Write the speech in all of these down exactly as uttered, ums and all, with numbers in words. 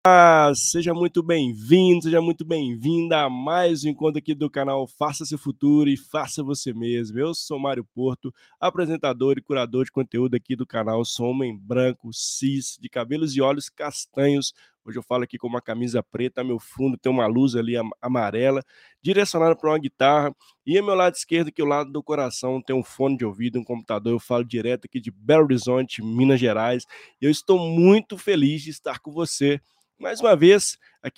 Olá, seja muito bem-vindo, seja muito bem-vinda a mais um encontro aqui do canal Faça Seu Futuro e Faça Você Mesmo. Eu sou Mário Porto, apresentador e curador de conteúdo aqui do canal. Sou homem branco, cis, de cabelos e olhos castanhos. Hoje eu falo aqui com uma camisa preta, ao meu fundo tem uma luz ali amarela, direcionada para uma guitarra. E ao meu lado esquerdo, que é o lado do coração, tem um fone de ouvido, um computador. Eu falo direto aqui de Belo Horizonte, Minas Gerais. Eu estou muito feliz de estar com você mais uma vez aqui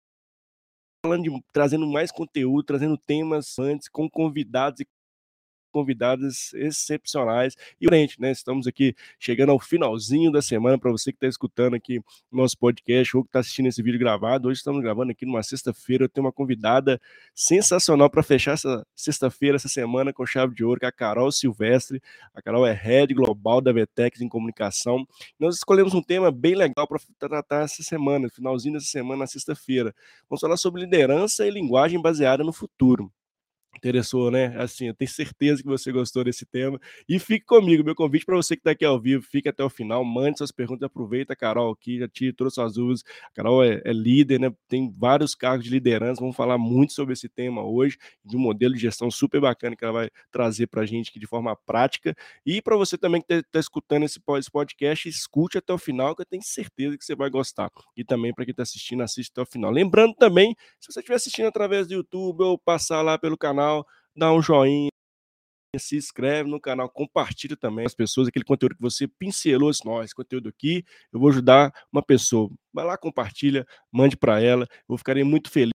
falando de, trazendo mais conteúdo, trazendo temas antes com convidados e convidadas excepcionais. E, gente, né, estamos aqui chegando ao finalzinho da semana. Para você que está escutando aqui o nosso podcast ou que está assistindo esse vídeo gravado, hoje estamos gravando aqui numa sexta-feira. Eu tenho uma convidada sensacional para fechar essa sexta-feira, essa semana, com chave de ouro, que é a Carol Silvestre. A Carol é Head Global da Vetex em Comunicação. Nós escolhemos um tema bem legal para tratar essa semana, finalzinho dessa semana, na sexta-feira. Vamos falar sobre liderança e linguagem baseada no futuro. Interessou, né? Assim, eu tenho certeza que você gostou desse tema. E fique comigo, meu convite para você que está aqui ao vivo, fique até o final, mande suas perguntas, aproveita a Carol aqui, já te trouxe suas dúvidas. A Carol é, é líder, né? Tem vários cargos de liderança, vamos falar muito sobre esse tema hoje, de um modelo de gestão super bacana que ela vai trazer para a gente aqui de forma prática. E para você também que está tá escutando esse podcast, escute até o final, que eu tenho certeza que você vai gostar. E também para quem está assistindo, assiste até o final. Lembrando também, se você estiver assistindo através do YouTube ou passar lá pelo canal, dá um joinha, se inscreve no canal, compartilha também as pessoas, aquele conteúdo que você pincelou, assim, ó, esse conteúdo aqui, eu vou ajudar uma pessoa. Vai lá, compartilha, mande para ela, eu ficarei muito feliz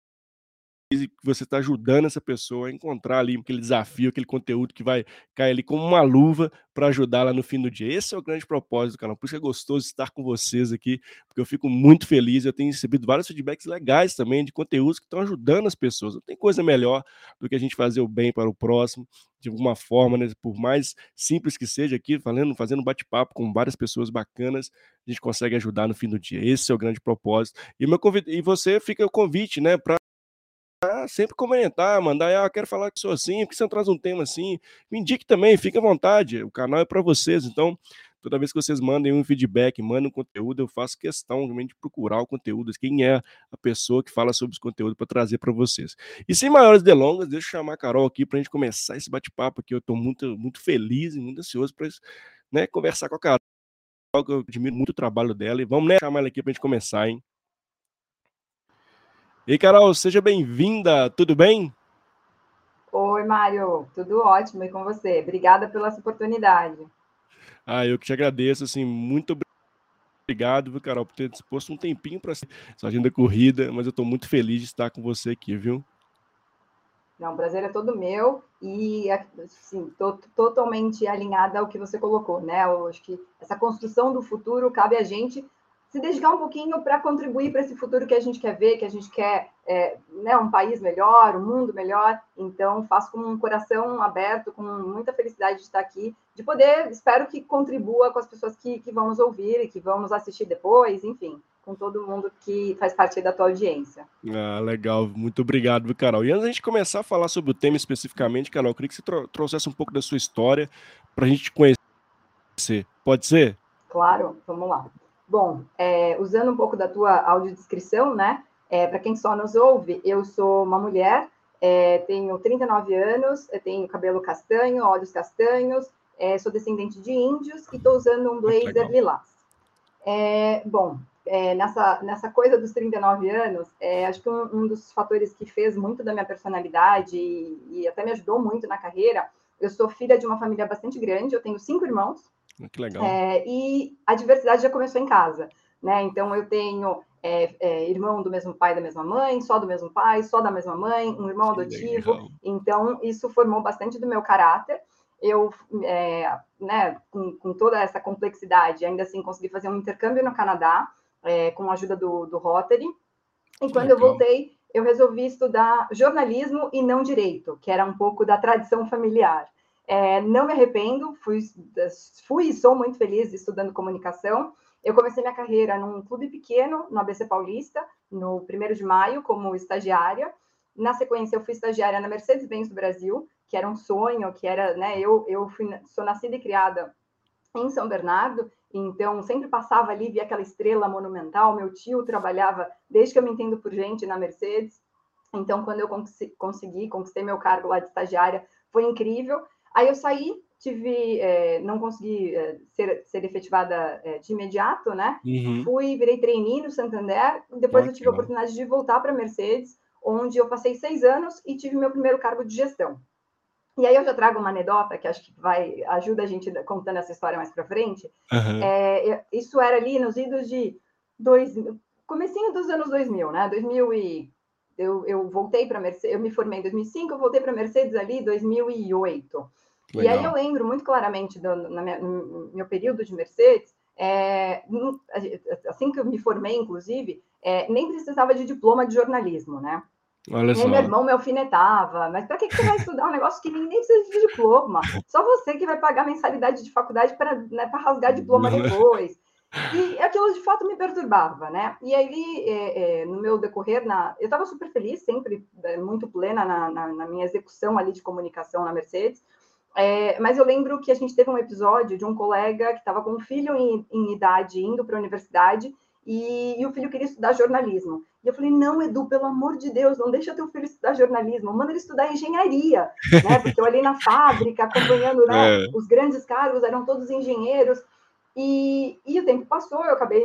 que você está ajudando essa pessoa a encontrar ali aquele desafio, aquele conteúdo que vai cair ali como uma luva para ajudar lá no fim do dia. Esse é o grande propósito do canal, por isso é gostoso estar com vocês aqui, porque eu fico muito feliz, eu tenho recebido vários feedbacks legais também de conteúdos que estão ajudando as pessoas. Não tem coisa melhor do que a gente fazer o bem para o próximo, de alguma forma, né? Por mais simples que seja aqui, falando, fazendo bate-papo com várias pessoas bacanas, a gente consegue ajudar no fim do dia. Esse é o grande propósito. E, meu convite, e você fica o convite, né, para sempre comentar, mandar, ah, quero falar que sou assim, por que você não traz um tema assim? Me indique também, fique à vontade, o canal é para vocês, então, toda vez que vocês mandem um feedback, mandem um conteúdo, eu faço questão também de procurar o conteúdo, quem é a pessoa que fala sobre os conteúdos para trazer para vocês. E sem maiores delongas, deixa eu chamar a Carol aqui para a gente começar esse bate-papo aqui, eu estou muito, muito feliz e muito ansioso para, né, conversar com a Carol, que eu admiro muito o trabalho dela, e vamos, né, chamar ela aqui para a gente começar, hein? E aí, Carol, seja bem-vinda, tudo bem? Oi, Mário, tudo ótimo e com você? Obrigada pela essa oportunidade. Ah, eu que te agradeço, assim, muito obrigado, viu, Carol, por ter disposto um tempinho para sua agenda corrida, mas eu estou muito feliz de estar com você aqui, viu? Não, o prazer é todo meu e, assim, estou totalmente alinhada ao que você colocou, né? Eu acho que essa construção do futuro cabe a gente se dedicar um pouquinho para contribuir para esse futuro que a gente quer ver, que a gente quer é, né, um país melhor, um mundo melhor. Então, faço com um coração aberto, com muita felicidade de estar aqui, de poder, espero que contribua com as pessoas que, que vão nos ouvir e que vão nos assistir depois, enfim, com todo mundo que faz parte da tua audiência. Ah, legal, muito obrigado, viu, Carol? E antes da gente começar a falar sobre o tema especificamente, Carol, eu queria que você tro trouxesse um pouco da sua história para a gente te conhecer. Pode ser? Claro, vamos lá. Bom, é, usando um pouco da tua audiodescrição, né? É, para quem só nos ouve, eu sou uma mulher, é, tenho trinta e nove anos, tenho cabelo castanho, olhos castanhos, é, sou descendente de índios e estou usando um Ah, que blazer legal. lilás. É, bom, é, nessa, nessa coisa dos trinta e nove anos, é, acho que um, um, dos fatores que fez muito da minha personalidade e, e até me ajudou muito na carreira, eu sou filha de uma família bastante grande, eu tenho cinco irmãos, Ah, que legal. é, e a diversidade já começou em casa, né? Então eu tenho é, é, irmão do mesmo pai, da mesma mãe, só do mesmo pai, só da mesma mãe, um irmão Que adotivo. legal. Então isso formou bastante do meu caráter. Eu, é, né, com, com, toda essa complexidade, ainda assim consegui fazer um intercâmbio no Canadá, é, com a ajuda do, do Rotary. E Que quando eu legal. voltei, eu resolvi estudar jornalismo e não direito, que era um pouco da tradição familiar. É, não me arrependo, fui, fui e sou muito feliz estudando comunicação. Eu comecei minha carreira num clube pequeno, no A B C Paulista, no primeiro de maio, como estagiária. Na sequência, eu fui estagiária na Mercedes-Benz do Brasil, que era um sonho, que era, né, eu, eu fui, sou nascida e criada em São Bernardo, então sempre passava ali, via aquela estrela monumental. Meu tio trabalhava, desde que eu me entendo por gente, na Mercedes. Então, quando eu consegui, conquistei meu cargo lá de estagiária, foi incrível. Aí eu saí, tive, é, não consegui é, ser, ser efetivada é, de imediato, né? Uhum. Fui, virei trainee no Santander, depois Ó, eu que tive a legal. oportunidade de voltar para a Mercedes, onde eu passei seis anos e tive meu primeiro cargo de gestão. E aí eu já trago uma anedota que acho que vai ajuda a gente contando essa história mais para frente. Aham. É, isso era ali nos idos de dois, comecinho dos anos dois mil, né? dois mil e eu, eu voltei para Mercedes, eu me formei em dois mil e cinco, eu voltei para Mercedes ali em dois mil e oito. E aí eu Legal. lembro muito claramente do, na minha, no meu período de Mercedes, é, assim que eu me formei, inclusive, é, nem precisava de diploma de jornalismo, né? Olha E aí meu só. irmão me alfinetava, mas para que, que você vai estudar um negócio que nem precisa de diploma? Só você que vai pagar mensalidade de faculdade para, né, para rasgar diploma depois. E aquilo de fato me perturbava, né? E aí, é, é, no meu decorrer, na, eu estava super feliz, sempre é, muito plena na, na, na minha execução ali de comunicação na Mercedes. É, mas eu lembro que a gente teve um episódio de um colega que estava com um filho em, em idade indo para a universidade e, e o filho queria estudar jornalismo. E eu falei, não, Edu, pelo amor de Deus, não deixa teu filho estudar jornalismo, manda ele estudar engenharia, né? Porque eu ali na fábrica, acompanhando, né, É. os grandes cargos, eram todos engenheiros. E, e o tempo passou, eu acabei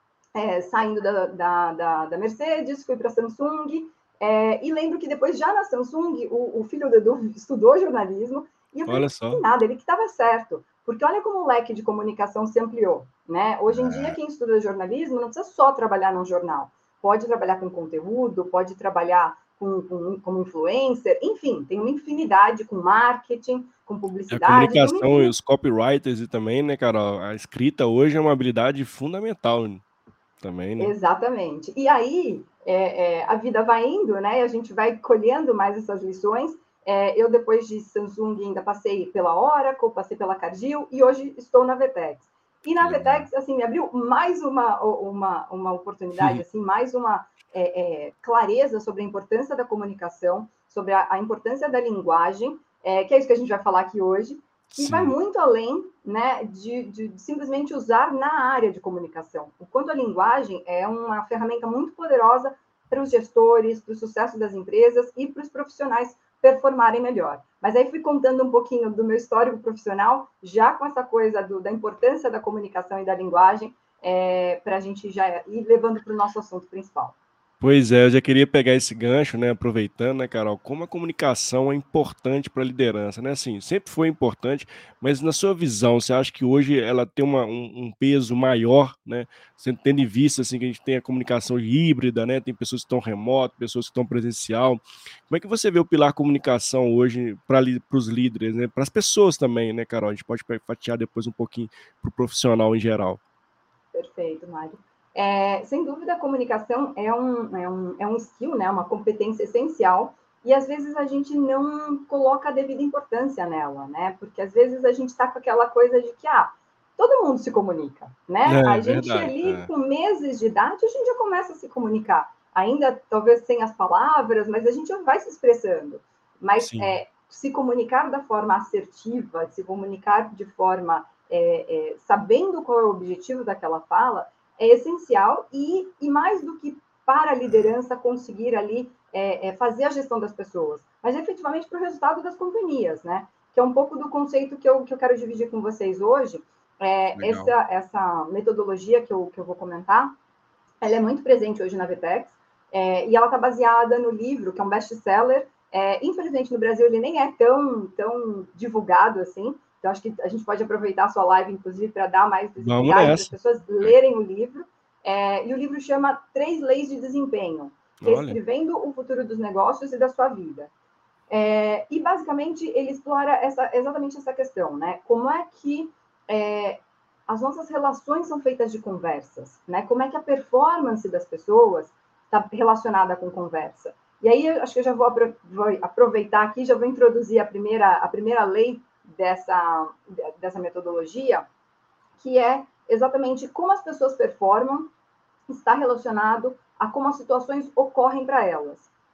é, saindo da, da, da, da Mercedes, fui para a Samsung, é, e lembro que depois, já na Samsung, o, o filho do Edu estudou jornalismo, e eu falei, Olha só. nada, ele que estava certo, porque olha como o leque de comunicação se ampliou, né? Hoje em dia, É. quem estuda jornalismo não precisa só trabalhar num jornal, pode trabalhar com conteúdo, pode trabalhar com, com, como influencer, enfim, tem uma infinidade com marketing, com A publicidade, tem uma comunicação e infinidade. os copywriters e também, né, cara, a escrita hoje é uma habilidade fundamental também, né? Exatamente. E aí, é, é, a vida vai indo, né? E a gente vai colhendo mais essas lições. É, eu, depois de Samsung, ainda passei pela Oracle, passei pela Cargill e hoje estou na Vetex. E Que na legal. Vetex, assim, me abriu mais uma, uma, uma oportunidade, assim, mais uma é, é, clareza sobre a importância da comunicação, sobre a, a importância da linguagem, é, que é isso que a gente vai falar aqui hoje, que vai Sim. muito além, né, de, de, de simplesmente usar na área de comunicação. O quanto a linguagem é uma ferramenta muito poderosa para os gestores, para o sucesso das empresas e para os profissionais performarem melhor. Mas aí fui contando um pouquinho do meu histórico profissional, já com essa coisa do, da importância da comunicação e da linguagem, é, para a gente já ir levando para o nosso assunto principal. Pois é, eu já queria pegar esse gancho, né, aproveitando, né, Carol, como a comunicação é importante para a liderança, né? Assim, sempre foi importante, mas na sua visão, você acha que hoje ela tem uma, um, um peso maior, né? Você tendo em vista assim que a gente tem a comunicação híbrida, né? Tem pessoas que estão remoto, pessoas que estão presencial. Como é que você vê o pilar comunicação hoje para os líderes, né? Para as pessoas também, né, Carol? A gente pode fatiar depois um pouquinho para o profissional em geral. Perfeito, Mário. É, sem dúvida, a comunicação é um, é, um, é um skill, né, uma competência essencial, e às vezes a gente não coloca a devida importância nela, né? Porque às vezes a gente está com aquela coisa de que, ah, todo mundo se comunica, né? É A gente verdade. ali, É. com meses de idade, a gente já começa a se comunicar. Ainda, talvez, sem as palavras, mas a gente já vai se expressando. Mas Sim. é, se comunicar da forma assertiva, se comunicar de forma é, é, sabendo qual é o objetivo daquela fala, é essencial e, e mais do que para a liderança conseguir ali é, é, fazer a gestão das pessoas, mas efetivamente para o resultado das companhias, né? Que é um pouco do conceito que eu, que eu quero dividir com vocês hoje. É, Legal. essa, essa metodologia que eu, que eu vou comentar, ela é muito presente hoje na Vetex, é, e ela está baseada no livro, que é um best-seller. É, infelizmente, no Brasil, ele nem é tão, tão divulgado assim. Então, acho que a gente pode aproveitar a sua live, inclusive, para dar mais Vamos visibilidade, para as nessa. pessoas lerem o livro. É, e o livro chama Três Leis de Desempenho, Olha. Reescrevendo o Futuro dos Negócios e da Sua Vida. É, e, basicamente, ele explora essa, exatamente essa questão, né? Como é que é, as nossas relações são feitas de conversas, né? Como é que a performance das pessoas está relacionada com conversa. E aí, acho que eu já vou, vou aproveitar aqui, já vou introduzir a primeira, a primeira lei dessa, dessa metodologia, que é exatamente como as pessoas performam está relacionado a como as situações ocorrem para elas, né?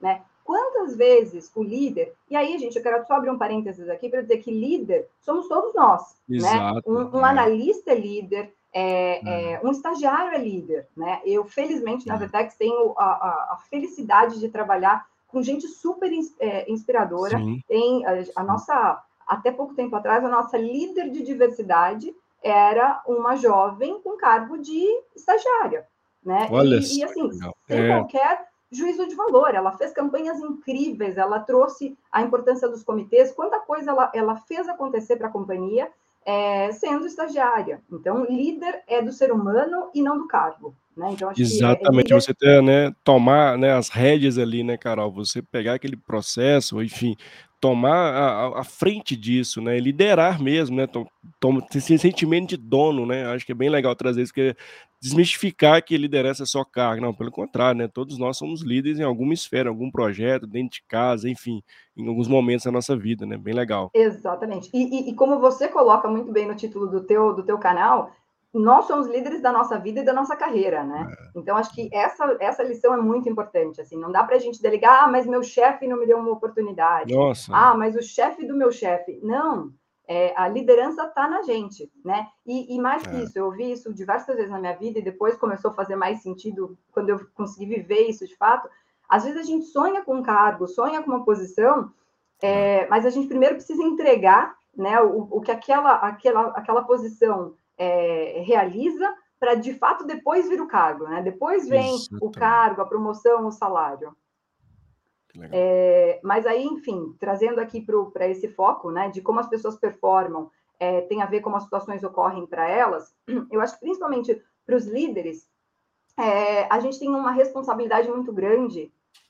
Quantas vezes o líder... E aí, gente, eu quero só abrir um parênteses aqui para dizer que líder somos todos nós, Exato, né? Um, um é. analista é líder, é, é, um estagiário é líder, né? Eu, felizmente, na É. Vertex, tenho a, a, a felicidade de trabalhar com gente super é, inspiradora. Sim. Tem a, a nossa... Até pouco tempo atrás, a nossa líder de diversidade era uma jovem com cargo de estagiária, né? Olha E, só e que assim, legal. sem É. qualquer juízo de valor. Ela fez campanhas incríveis, ela trouxe a importância dos comitês, quanta coisa ela, ela fez acontecer para a companhia, é, sendo estagiária. Então, líder é do ser humano e não do cargo, né? Então, acho que é, Exatamente, líder... você ter, né, tomar, né, as rédeas ali, né, Carol, você pegar aquele processo, enfim, tomar a a a frente disso, né, liderar mesmo, né, to toma ter esse sentimento de dono, né, acho que é bem legal trazer isso, porque desmistificar que liderança é só cargo, não, pelo contrário, né, todos nós somos líderes em alguma esfera, algum projeto, dentro de casa, enfim, em alguns momentos da nossa vida, né, bem legal. Exatamente. E, e, e como você coloca muito bem no título do teu, do teu canal, nós somos líderes da nossa vida e da nossa carreira, né? É. Então, acho que essa, essa lição é muito importante, assim, não dá para a gente delegar, ah, mas meu chefe não me deu uma oportunidade, Nossa. ah, mas o chefe do meu chefe, não, é, a liderança está na gente, né? E, e mais que É. isso, eu ouvi isso diversas vezes na minha vida e depois começou a fazer mais sentido quando eu consegui viver isso de fato. Às vezes a gente sonha com um cargo, sonha com uma posição, é, mas a gente primeiro precisa entregar, né, o, o que aquela, aquela, aquela posição é, realiza para, de fato, depois vir o cargo. Né? Depois vem o Exatamente. cargo, a promoção, o salário. Que legal. É, mas aí, enfim, trazendo aqui para esse foco, né, de como as pessoas performam, é, tem a ver com as situações ocorrem para elas, eu acho que principalmente para os líderes, é, a gente tem uma responsabilidade muito grande.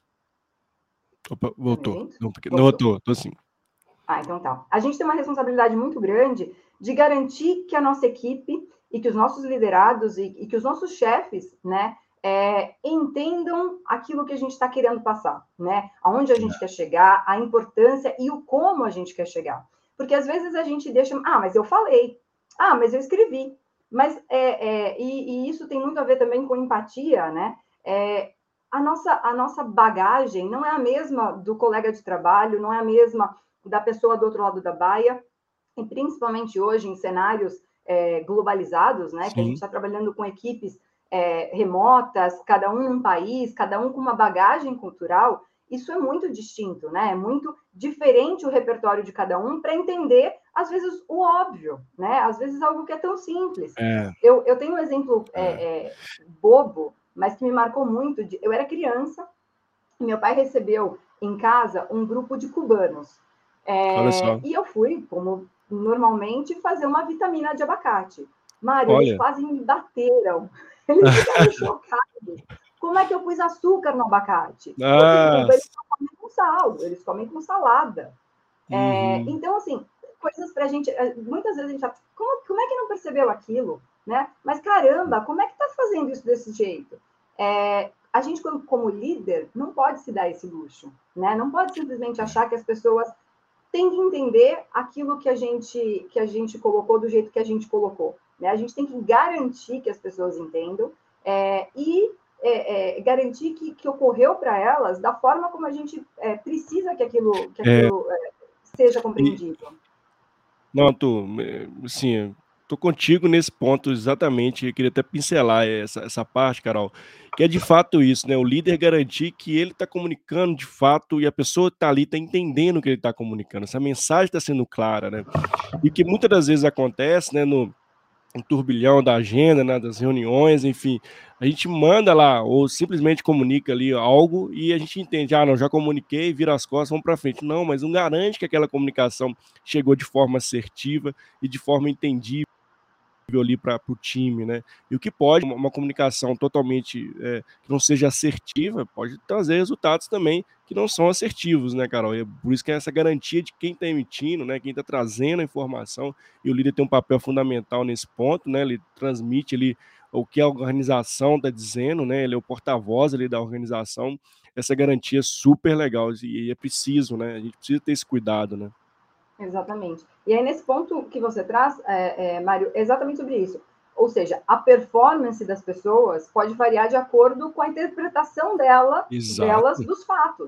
Opa, Tá me voltou. ouvindo? Não, porque não, eu Voltou. tô, tô sim. Ah, então tá. A gente tem uma responsabilidade muito grande de garantir que a nossa equipe e que os nossos liderados e, e que os nossos chefes, né, é, entendam aquilo que a gente está querendo passar, né? Aonde a gente É. quer chegar, a importância e o como a gente quer chegar. Porque às vezes a gente deixa, ah, mas eu falei, ah, mas eu escrevi. Mas é, é e, e isso tem muito a ver também com empatia, né? É, a nossa, a nossa bagagem não é a mesma do colega de trabalho, não é a mesma da pessoa do outro lado da baia, e principalmente hoje em cenários é, globalizados, né, que a gente Sim. está trabalhando com equipes é, remotas, cada um num país, cada um com uma bagagem cultural, isso é muito distinto, né? É muito diferente o repertório de cada um para entender, às vezes, o óbvio, né? Às vezes algo que é tão simples. É. Eu, eu tenho um exemplo É. é, é, bobo, mas que me marcou muito. De, eu era criança e meu pai recebeu em casa um grupo de cubanos. Olha É, só. e eu fui, como normalmente, fazer uma vitamina de abacate. Mário, eles Olha. quase me bateram. Eles ficaram chocados. Como é que eu pus açúcar no abacate? Porque em Cuba eles Nossa. não comem com sal, eles comem com salada. É, Uhum. então, assim, coisas pra gente... Muitas vezes a gente fala, como, como é que não percebeu aquilo? Né? Mas, caramba, como é que tá fazendo isso desse jeito? É, a gente, como, como líder, não pode se dar esse luxo. Né? Não pode simplesmente achar que as pessoas têm que entender aquilo que a gente, que a gente colocou do jeito que a gente colocou. Né? A gente tem que garantir que as pessoas entendam é, e é, é, garantir que, que ocorreu para elas da forma como a gente é, precisa que aquilo, que É. aquilo é, seja E compreendido. Não, tô, eh, assim, tô contigo nesse ponto exatamente, eu queria até pincelar essa essa parte, Carol, que é de fato isso, né, o líder garantir que ele está comunicando de fato e a pessoa que tá ali tá entendendo o que ele está comunicando, essa mensagem está sendo clara, né. E que muitas das vezes acontece, né, no um turbilhão da agenda, né, das reuniões, enfim, a gente manda lá ou simplesmente comunica ali algo e a gente entende: "Ah, não, já comuniquei, vira as costas, vamos para frente". Não, mas não garante que aquela comunicação chegou de forma assertiva e de forma entendível ali para o time, né. E o que pode uma uma comunicação totalmente, eh, que não seja assertiva, pode trazer resultados também que não são assertivos, né, Carol. E é por isso que é essa garantia de quem está emitindo, né, quem está trazendo a informação, e o líder tem um papel fundamental nesse ponto, né, ele transmite ali o que a organização está dizendo, né, ele é o porta-voz ali da organização, essa garantia é super legal e é preciso, né, a gente precisa ter esse cuidado, né. Exatamente. E aí, nesse ponto que você traz, é, é, Mário, é exatamente sobre isso. Ou seja, a performance das pessoas pode variar de acordo com a interpretação dela, delas Exato. dos fatos.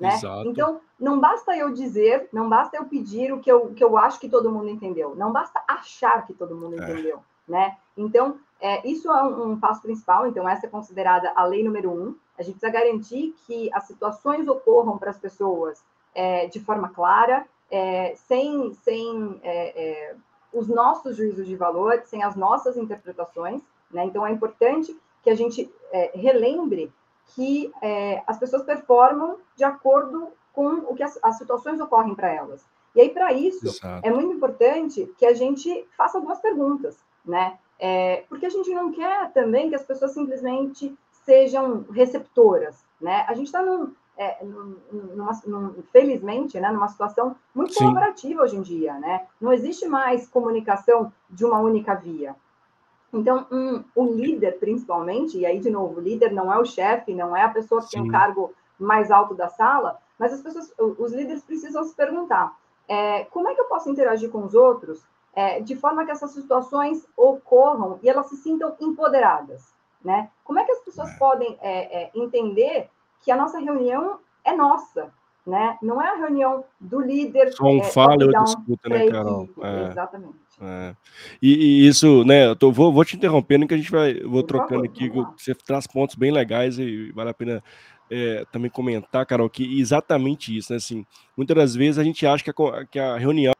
né? Exato. Então, não basta eu dizer, não basta eu pedir o que eu, que eu acho que todo mundo entendeu, não basta achar que todo mundo entendeu, é. né? Então, é, isso é um, um passo principal, então essa é considerada a lei número um. A gente precisa garantir que as situações ocorram para as pessoas é, de forma clara, é, sem, sem é, é, os nossos juízos de valor, sem as nossas interpretações, né? Então, é importante que a gente é, relembre que é, as pessoas performam de acordo com o que as, as situações ocorrem para elas. E aí, para isso, Exato. É muito importante que a gente faça algumas perguntas, né? É, porque a gente não quer também que as pessoas simplesmente sejam receptoras, né? A gente está, num, é, numa, num, felizmente, né, numa situação muito Sim. colaborativa hoje em dia, né? Não existe mais comunicação de uma única via. Então, um, o líder, principalmente, e aí, de novo, o líder não é o chefe, não é a pessoa que Sim. tem o cargo mais alto da sala, mas as pessoas, os líderes precisam se perguntar, é, como é que eu posso interagir com os outros é, de forma que essas situações ocorram e elas se sintam empoderadas, né? Como é que as pessoas é. podem é, é, entender que a nossa reunião é nossa, né? Não é a reunião do líder... Só um é, fala e outro escuta, né, Carol? É. Exatamente. É. E, e isso, né, eu tô, vou, vou te interrompendo que a gente vai, vou Por trocando favor, aqui, você traz pontos bem legais e vale a pena é, também comentar, Carol, que exatamente isso, né, assim, muitas das vezes a gente acha que a, que a reunião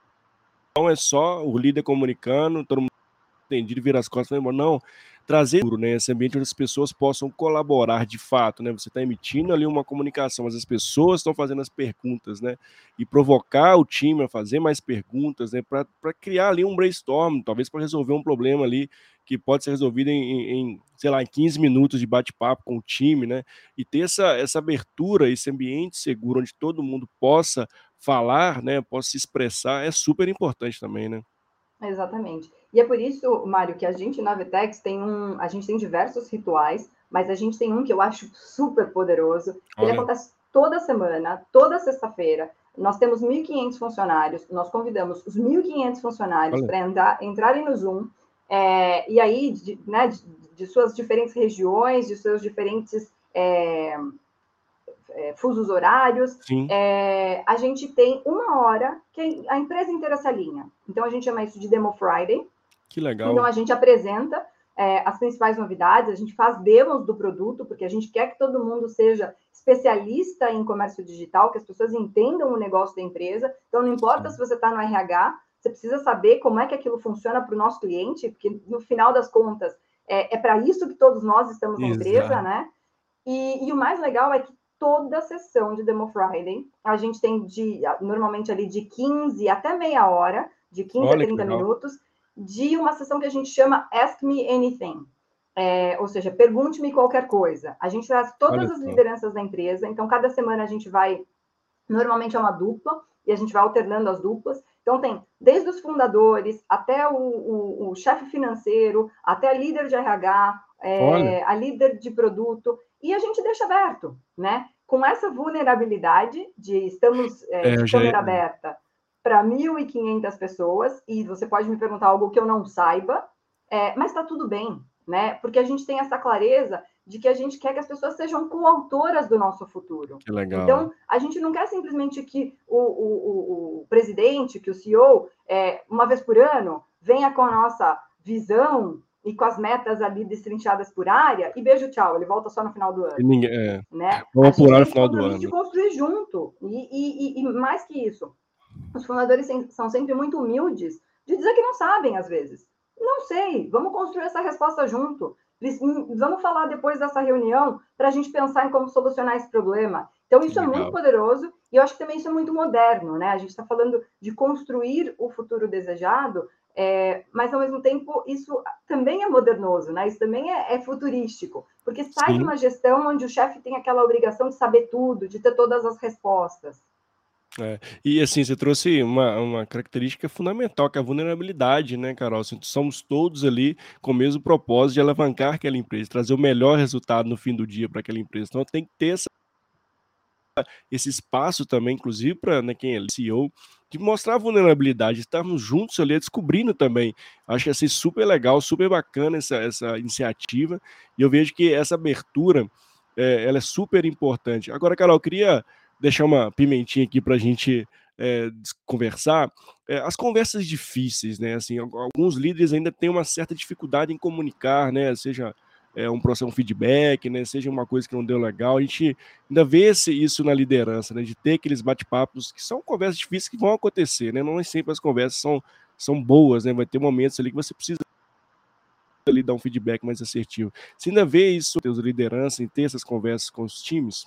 é só o líder comunicando, todo mundo entendido, vira as costas e vai embora, não, trazer, né, esse ambiente onde as pessoas possam colaborar de fato, né, você está emitindo ali uma comunicação, mas as pessoas estão fazendo as perguntas, né, e provocar o time a fazer mais perguntas, né, para criar ali um brainstorm, talvez para resolver um problema ali que pode ser resolvido em, em, sei lá, em quinze minutos de bate-papo com o time, né, e ter essa, essa abertura, esse ambiente seguro onde todo mundo possa falar, né, possa se expressar, é super importante também, né. Exatamente. E é por isso, Mário, que a gente na Vetex tem um, a gente tem diversos rituais, mas a gente tem um que eu acho super poderoso, que ele acontece toda semana, toda sexta-feira. Nós temos mil e quinhentos funcionários, nós convidamos os mil e quinhentos funcionários para entrar, entrarem no Zoom, é, e aí, de, né, de, de suas diferentes regiões, de seus diferentes é, é, fusos horários, é, a gente tem uma hora que a empresa inteira se alinha. Então, a gente chama isso de Demo Friday. Que legal. Então, a gente apresenta é, as principais novidades, a gente faz demos do produto, porque a gente quer que todo mundo seja especialista em comércio digital, que as pessoas entendam o negócio da empresa. Então, não importa Sim. se você está no R H, você precisa saber como é que aquilo funciona para o nosso cliente, porque, no final das contas, é, é para isso que todos nós estamos na Exato. empresa, né? E, e o mais legal é que toda sessão de Demo Friday, a gente tem de, normalmente ali de quinze até meia hora, de quinze Olha a trinta minutos, de uma sessão que a gente chama Ask Me Anything. É, ou seja, pergunte-me qualquer coisa. A gente traz todas Olha as lideranças da empresa, então cada semana a gente vai, normalmente é uma dupla, e a gente vai alternando as duplas. Então tem desde os fundadores, até o, o, o chefe financeiro, até a líder de R H, é, a líder de produto, e a gente deixa aberto, né? Com essa vulnerabilidade de estamos é, é, de câmera já... aberta para mil e quinhentas pessoas, e você pode me perguntar algo que eu não saiba, é, mas está tudo bem, né? Porque a gente tem essa clareza de que a gente quer que as pessoas sejam coautoras do nosso futuro. Que legal. Então, a gente não quer simplesmente que o, o, o, o presidente, que o C E O, é, uma vez por ano, venha com a nossa visão e com as metas ali destrinchadas por área, e beijo, tchau, ele volta só no final do ano. E ninguém, é. Né? Vamos a gente apurar tem no final do ano. de construir junto. E, e, e, e mais que isso, os fundadores são sempre muito humildes de dizer que não sabem, às vezes. Não sei, vamos construir essa resposta junto. Vamos falar depois dessa reunião para a gente pensar em como solucionar esse problema. Então, isso Legal. é muito poderoso e eu acho que também isso é muito moderno, né? A gente está falando de construir o futuro desejado, é, mas, ao mesmo tempo, isso também é modernoso, né? Isso também é, é futurístico, porque sai Sim. de uma gestão onde o chefe tem aquela obrigação de saber tudo, de ter todas as respostas. É. E assim, você trouxe uma, uma característica fundamental, que é a vulnerabilidade, né, Carol? Assim, somos todos ali com o mesmo propósito de alavancar aquela empresa, trazer o melhor resultado no fim do dia para aquela empresa. Então tem que ter essa, esse espaço também, inclusive, para né, quem é C E O, de mostrar a vulnerabilidade, estarmos juntos ali, descobrindo também. Acho que assim, super legal, super bacana essa, essa iniciativa, e eu vejo que essa abertura, é, ela é super importante. Agora, Carol, eu queria deixar uma pimentinha aqui para a gente é, conversar. É, as conversas difíceis, né? Assim, alguns líderes ainda têm uma certa dificuldade em comunicar, né? Seja é, um processo, um feedback, né? Seja uma coisa que não deu legal. A gente ainda vê esse, isso na liderança, né? De ter aqueles bate-papos que são conversas difíceis que vão acontecer, né? Não é sempre as conversas são, são boas, né? Vai ter momentos ali que você precisa ali dar um feedback mais assertivo. Você ainda vê isso, teus liderança, em ter essas conversas com os times?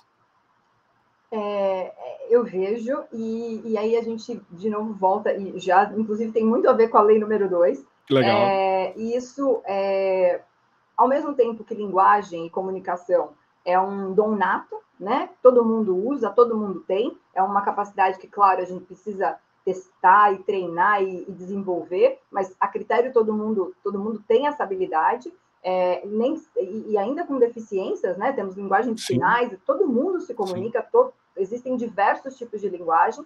É, eu vejo, e, e aí a gente de novo volta, e já, inclusive, tem muito a ver com a lei número dois. Legal. É, isso, é, ao mesmo tempo que linguagem e comunicação é um dom nato, né? Todo mundo usa, todo mundo tem, é uma capacidade que, claro, a gente precisa testar e treinar e, e desenvolver, mas a critério todo mundo, todo mundo tem essa habilidade. É, nem, e, e ainda com deficiências, né? Temos linguagem de Sim, sinais, todo mundo se sim. comunica, todo, existem diversos tipos de linguagem,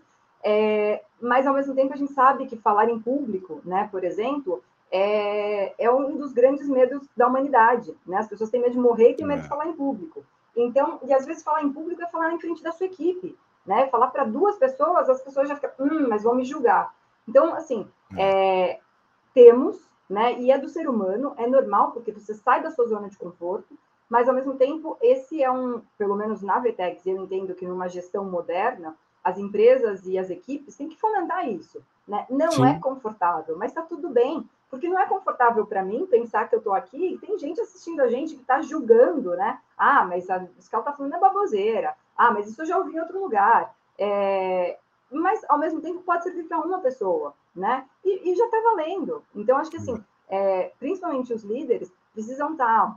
é, mas ao mesmo tempo a gente sabe que falar em público, né, por exemplo, é, é um dos grandes medos da humanidade, né? As pessoas têm medo de morrer e têm medo de É. falar em público. Então, e às vezes falar em público é falar em frente da sua equipe, né? Falar para duas pessoas, as pessoas já ficam, hum, mas vão me julgar. Então, assim, é, temos, né? E é do ser humano, é normal, porque você sai da sua zona de conforto, mas ao mesmo tempo, esse é um, pelo menos na Vetex, eu entendo que numa gestão moderna, as empresas e as equipes têm que fomentar isso, né? Não é Sim, confortável, mas está tudo bem, porque não é confortável para mim pensar que eu estou aqui e tem gente assistindo a gente que está julgando, né? Ah, mas a, isso que ela está falando é baboseira. Ah, mas isso eu já ouvi em outro lugar. É, mas, ao mesmo tempo, pode servir para uma pessoa, né? E, e já está valendo. Então, acho que, assim, é, principalmente os líderes precisam estar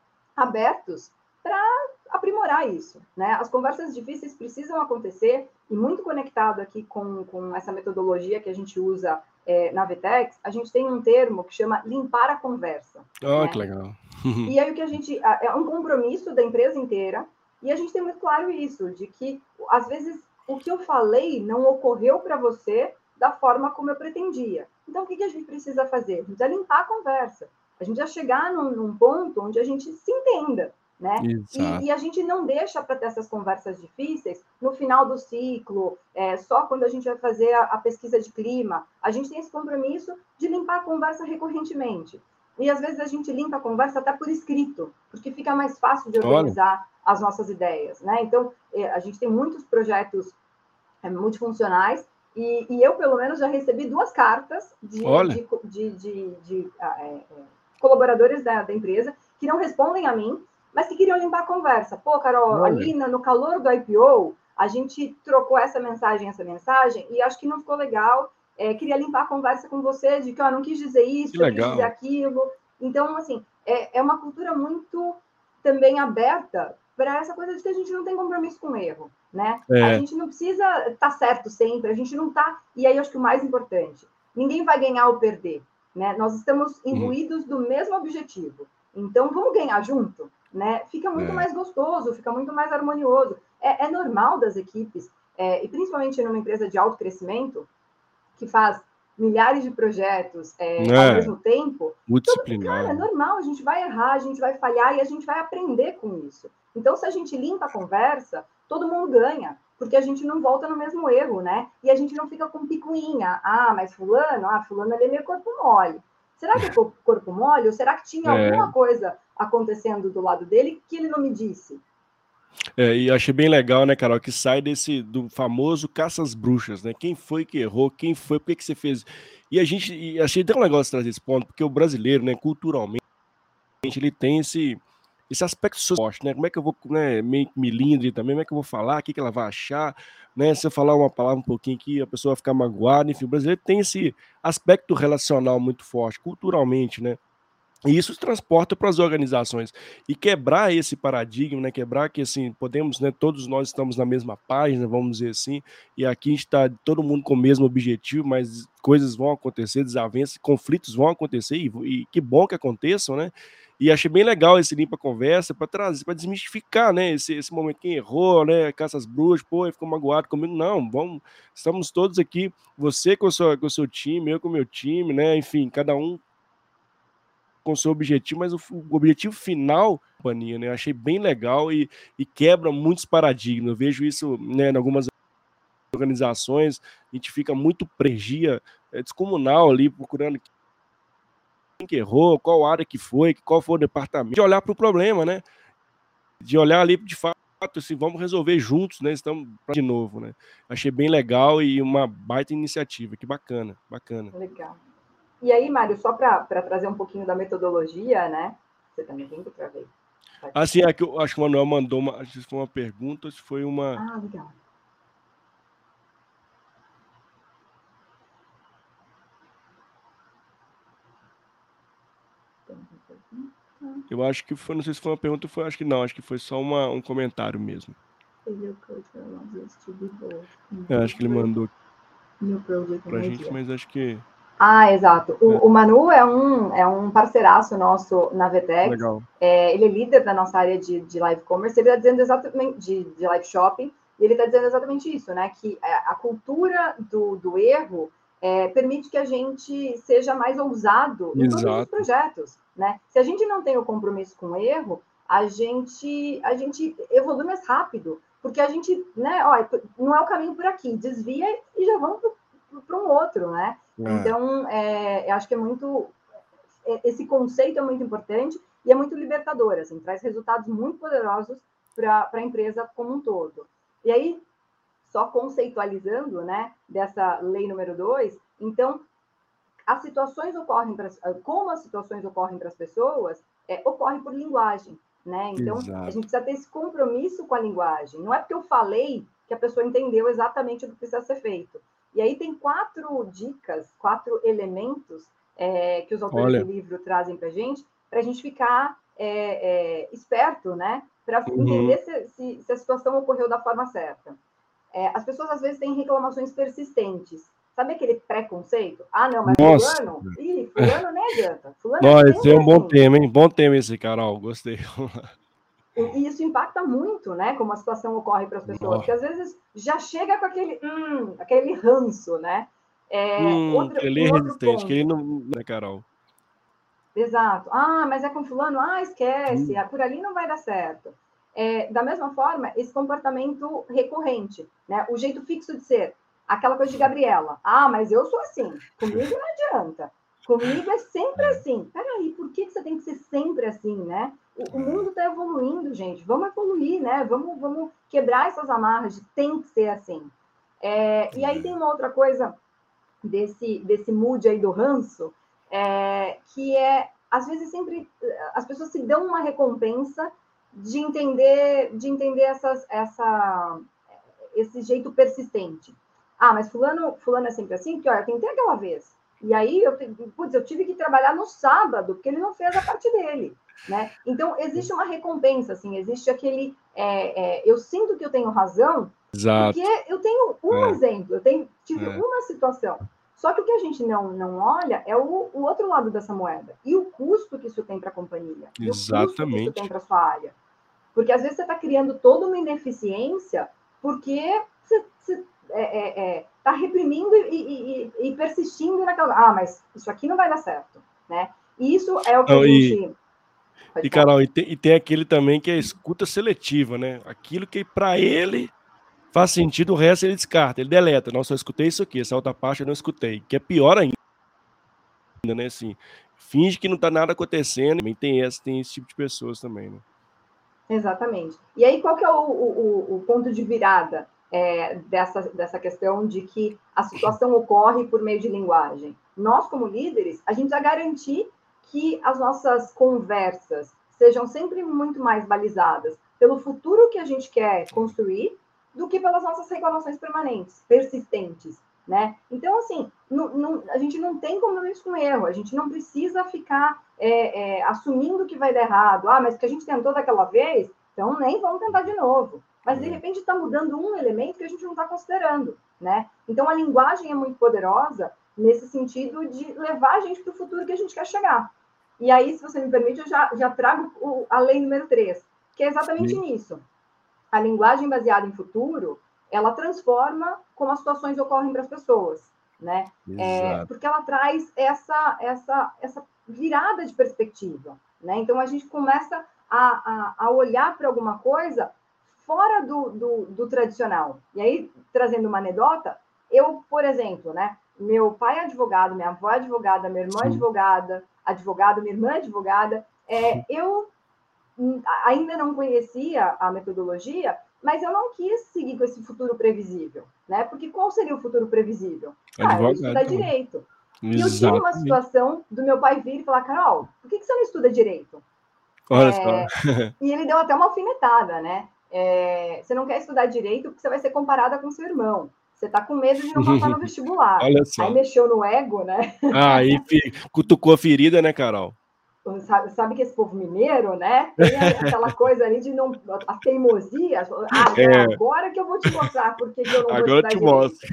abertos para aprimorar isso, né? As conversas difíceis precisam acontecer e muito conectado aqui com, com essa metodologia que a gente usa é, na Vetex, a gente tem um termo que chama limpar a conversa, oh, que né? legal. E aí o que a gente é um compromisso da empresa inteira e a gente tem muito claro isso de que às vezes o que eu falei não ocorreu para você da forma como eu pretendia. Então o que, que a gente precisa fazer? A gente precisa limpar a conversa. A gente vai chegar num, num ponto onde a gente se entenda, né? E, Exato. e a gente não deixa para ter essas conversas difíceis no final do ciclo, é, só quando a gente vai fazer a, a pesquisa de clima. A gente tem esse compromisso de limpar a conversa recorrentemente. E às vezes a gente limpa a conversa até por escrito, porque fica mais fácil de Olha, organizar as nossas ideias, né? Então, a gente tem muitos projetos multifuncionais e, e eu, pelo menos, já recebi duas cartas de, olha, de, de, de, de é, colaboradores da, da empresa que não respondem a mim, mas que queriam limpar a conversa. Pô, Carol, olha. ali no calor do I P O, a gente trocou essa mensagem, essa mensagem, e acho que não ficou legal. É, queria limpar a conversa com você, de que eu não quis dizer Que isso, eu quis dizer legal. aquilo. Então, assim, é, é uma cultura muito também aberta para essa coisa de que a gente não tem compromisso com o erro, né? A É, gente não precisa estar tá certo sempre, a gente não está. E aí, eu acho que o mais importante, ninguém vai ganhar ou perder, né? Nós estamos uhum, imbuídos do mesmo objetivo. Então, vamos ganhar junto, né? Fica muito é, mais gostoso, fica muito mais harmonioso. É, é normal das equipes, é, e principalmente numa empresa de alto crescimento, que faz milhares de projetos é, ao é, mesmo tempo, todo, multidisciplinar, cara, é né? normal, a gente vai errar, a gente vai falhar e a gente vai aprender com isso. Então, se a gente limpa a conversa, todo mundo ganha, porque a gente não volta no mesmo erro, né? E a gente não fica com picuinha. Ah, mas fulano, ah, fulano ele é meio corpo mole. Será que é corpo mole? Ou será que tinha É, alguma coisa acontecendo do lado dele que ele não me disse? é, e achei bem legal, né, Carol, que sai desse do famoso caça às bruxas, né? Quem foi que errou? Quem foi? Por que que você fez? E a gente, e achei tão legal você trazer esse ponto, porque o brasileiro, né, culturalmente, ele tem esse esse aspecto social, né? Como é que eu vou, né, meio que milindre também, como é que eu vou falar, o que que ela vai achar, né? Se eu falar uma palavra um pouquinho aqui, a pessoa vai ficar magoada, enfim, o brasileiro tem esse aspecto relacional muito forte, culturalmente, né? E isso se transporta para as organizações. E quebrar esse paradigma, né, quebrar que, assim, podemos, né, todos nós estamos na mesma página, vamos dizer assim, e aqui a gente está todo mundo com o mesmo objetivo, mas coisas vão acontecer, desavenças, conflitos vão acontecer, e, e que bom que aconteçam, né? E achei bem legal esse limpa conversa para trazer, para desmistificar, né, esse, esse momento, quem errou, né, caça às bruxas, pô, ficou magoado comigo, não, vamos, estamos todos aqui, você com o seu, com o seu time, eu com o meu time, né, enfim, cada um com o seu objetivo, mas o, o objetivo final, companhia, né? Eu achei bem legal e, e quebra muitos paradigmas. Eu vejo isso, né, em algumas organizações, a gente fica muito pregia, é, descomunal ali, procurando quem que errou, qual área que foi, qual foi o departamento, de olhar para o problema, né? De olhar ali de fato, assim, vamos resolver juntos, né? Estamos de novo, né? Achei bem legal e uma baita iniciativa, que bacana, bacana. Legal. E aí, Mário, só para trazer um pouquinho da metodologia, né? Você também tem que trazer. Assim, é que eu acho que o Manuel mandou uma, acho que foi uma pergunta, se foi uma. Ah, legal. Eu acho que foi, não sei se foi uma pergunta, foi, acho que não, acho que foi só uma, um comentário mesmo. Eu acho que ele mandou pra gente, mas acho que... Ah, exato. O, é. o Manu é um, é um parceiraço nosso na Vetex. Legal. É, ele é líder da nossa área de, de live commerce, ele está dizendo exatamente, de, de live shopping, e ele está dizendo exatamente isso, né? Que a cultura do, do erro é, permite que a gente seja mais ousado em Exato. todos os projetos, né? Se a gente não tem o compromisso com o erro, a gente, a gente evolui mais rápido, porque a gente, né, ó, não é o caminho por aqui, desvia e já vamos para um outro, né? É. Então, é, eu acho que é muito... Esse conceito é muito importante e é muito libertador, assim, traz resultados muito poderosos para a empresa como um todo. E aí, só conceitualizando, né, dessa lei número dois, então, as situações ocorrem, pra, como as situações ocorrem para as pessoas, é, ocorre por linguagem, né? Então, exato, a gente precisa ter esse compromisso com a linguagem. Não é porque eu falei que a pessoa entendeu exatamente o que precisa ser feito. E aí tem quatro dicas, quatro elementos é, que os autores Olha. do livro trazem para a gente, para a gente ficar é, é, esperto, né? Para uhum. entender se, se, se a situação ocorreu da forma certa. É, as pessoas, às vezes, têm reclamações persistentes. Sabe aquele preconceito? Ah, não, mas Nossa. fulano... Ih, fulano nem adianta. Fulano Nossa, é esse é um bom assim. tema, hein? Bom tema esse, Carol. Gostei. E isso impacta muito, né? Como a situação ocorre para as pessoas. Porque, às vezes, já chega com aquele... Hum, aquele ranço, né? É, hum, outro, ele é um resistente, que ele não... Né, Carol? Exato. Ah, mas é com fulano? Ah, esquece. Hum. Por ali não vai dar certo. É, da mesma forma, esse comportamento recorrente, né? O jeito fixo de ser. Aquela coisa de Gabriela. Ah, mas eu sou assim. Comigo não adianta. Comigo é sempre assim. Peraí, por que você tem que ser sempre assim, né? O, o mundo está evoluindo, gente. Vamos evoluir, né? Vamos, vamos quebrar essas amarras de tem que ser assim. É, e aí tem uma outra coisa desse, desse mood aí do ranço, é, que é, às vezes, sempre as pessoas se dão uma recompensa de entender, de entender essas, essa, esse jeito persistente. Ah, mas fulano, fulano é sempre assim, porque, olha, eu tentei aquela vez. E aí, eu, putz, eu tive que trabalhar no sábado, porque ele não fez a parte dele, né? Então, existe uma recompensa, assim, existe aquele... É, é, eu sinto que eu tenho razão, Exato. Porque eu tenho um é. exemplo, eu tenho, tive é. uma situação. Só que o que a gente não, não olha é o, o outro lado dessa moeda. E o custo que isso tem para a companhia. E Exatamente. o custo que isso tem para a sua área. Porque, às vezes, você está criando toda uma ineficiência porque você... você É, é, é, tá reprimindo e, e, e persistindo naquela... Ah, mas isso aqui não vai dar certo, né? E isso é o que não, a gente... E, e Carol, e tem, e tem aquele também que é a escuta seletiva, né? Aquilo que para ele faz sentido, o resto ele descarta, ele deleta. Não, só escutei isso aqui, essa outra parte eu não escutei. Que é pior ainda, né? Assim, finge que não tá nada acontecendo. Também tem esse, tem esse tipo de pessoas também, né? Exatamente. E aí, qual que é o, o, o ponto de virada é, dessa, dessa questão de que a situação ocorre por meio de linguagem? Nós, como líderes, a gente vai garantir que as nossas conversas sejam sempre muito mais balizadas pelo futuro que a gente quer construir do que pelas nossas reclamações permanentes, persistentes, né? Então, assim, não, não, a gente não tem compromisso com erro, a gente não precisa ficar é, é, assumindo que vai dar errado. Ah, mas que a gente tentou daquela vez, então nem vamos tentar de novo. Mas, de repente, está mudando um elemento que a gente não está considerando, né? Então, a linguagem é muito poderosa nesse sentido de levar a gente para o futuro que a gente quer chegar. E aí, se você me permite, eu já, já trago o, a lei número três, que é exatamente Sim. nisso. A linguagem baseada em futuro, ela transforma como as situações ocorrem para as pessoas, né? É, porque ela traz essa, essa, essa virada de perspectiva, né? Então, a gente começa a, a, a olhar para alguma coisa fora do, do, do tradicional. E aí, trazendo uma anedota, eu, por exemplo, né? Meu pai é advogado, minha avó é advogada, minha irmã é advogada, advogado, minha irmã é advogada. É, eu ainda não conhecia a metodologia, mas eu não quis seguir com esse futuro previsível, né? Porque qual seria o futuro previsível? Ah, eu estudar direito. E eu tive uma situação do meu pai vir e falar, Carol, por que você não estuda direito? Olha é, só. E ele deu até uma alfinetada, né? É, você não quer estudar direito porque você vai ser comparada com seu irmão. Você tá com medo de não passar no vestibular. Olha só. Aí mexeu no ego, né? Ah, aí cutucou a ferida, né, Carol? Sabe, sabe que esse povo mineiro, né? Tem aquela coisa ali de não. A teimosia. Ah, é. Agora que eu vou te mostrar por que eu não agora vou estudar te direito. Mostro.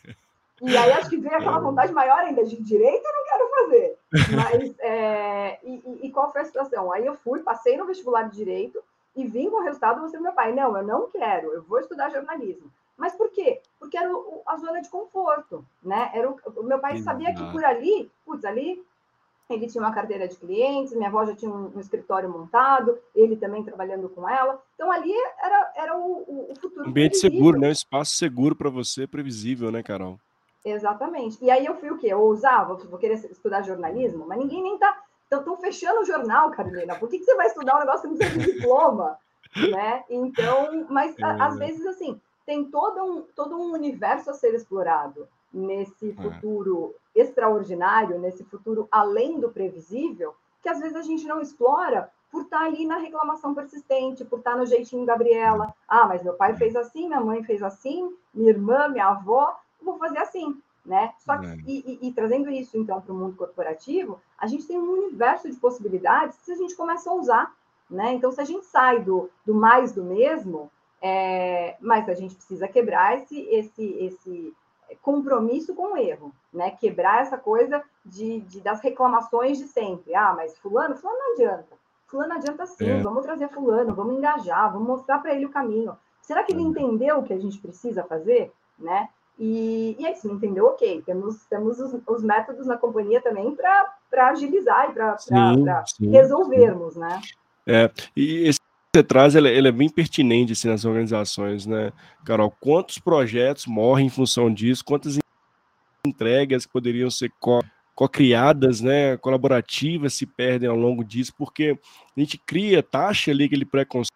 E aí acho que veio aquela vontade maior ainda de direito, eu não quero fazer. Mas, é, e, e qual foi a situação? Aí eu fui, passei no vestibular de direito e vim com o resultado mostrando meu pai. Não, eu não quero, eu vou estudar jornalismo. Mas por quê? Porque era o, a zona de conforto, né? Era o, o meu pai Exato. sabia que por ali, putz, ali ele tinha uma carteira de clientes, minha avó já tinha um, um escritório montado, ele também trabalhando com ela. Então, ali era, era o, o futuro ambiente previsível. seguro, né? Um espaço seguro para você, previsível, né, Carol? Exatamente. E aí eu fui o quê? Eu ousava, vou querer estudar jornalismo, mas ninguém nem tá... Estão fechando o jornal, Carolina. Por que, que você vai estudar um negócio que não precisa de diploma? Né? Então, mas é. às vezes, assim, tem todo um, todo um universo a ser explorado nesse futuro é. extraordinário, nesse futuro além do previsível, que às vezes a gente não explora por estar ali na reclamação persistente, por estar no jeitinho Gabriela. Ah, mas meu pai fez assim, minha mãe fez assim, minha irmã, minha avó, vou fazer assim, né? Só que, é. e, e, e trazendo isso, então, para o mundo corporativo, a gente tem um universo de possibilidades se a gente começa a usar, né? Então, se a gente sai do, do mais do mesmo, é, mas a gente precisa quebrar esse, esse, esse compromisso com o erro, né? Quebrar essa coisa de, de, das reclamações de sempre. Ah, mas fulano, fulano não adianta. Fulano adianta sim, é. Vamos trazer fulano, vamos engajar, vamos mostrar para ele o caminho. Será que ele entendeu o que a gente precisa fazer, né? E, e aí, se não entendeu, ok. Temos, temos os, os métodos na companhia também para agilizar e para resolvermos, sim. né? É, e esse que você traz, ele, ele é bem pertinente assim, nas organizações, né, Carol? Quantos projetos morrem em função disso? Quantas entregas que poderiam ser co co-criadas, né, colaborativas se perdem ao longo disso? Porque a gente cria, taxa ali aquele preconceito,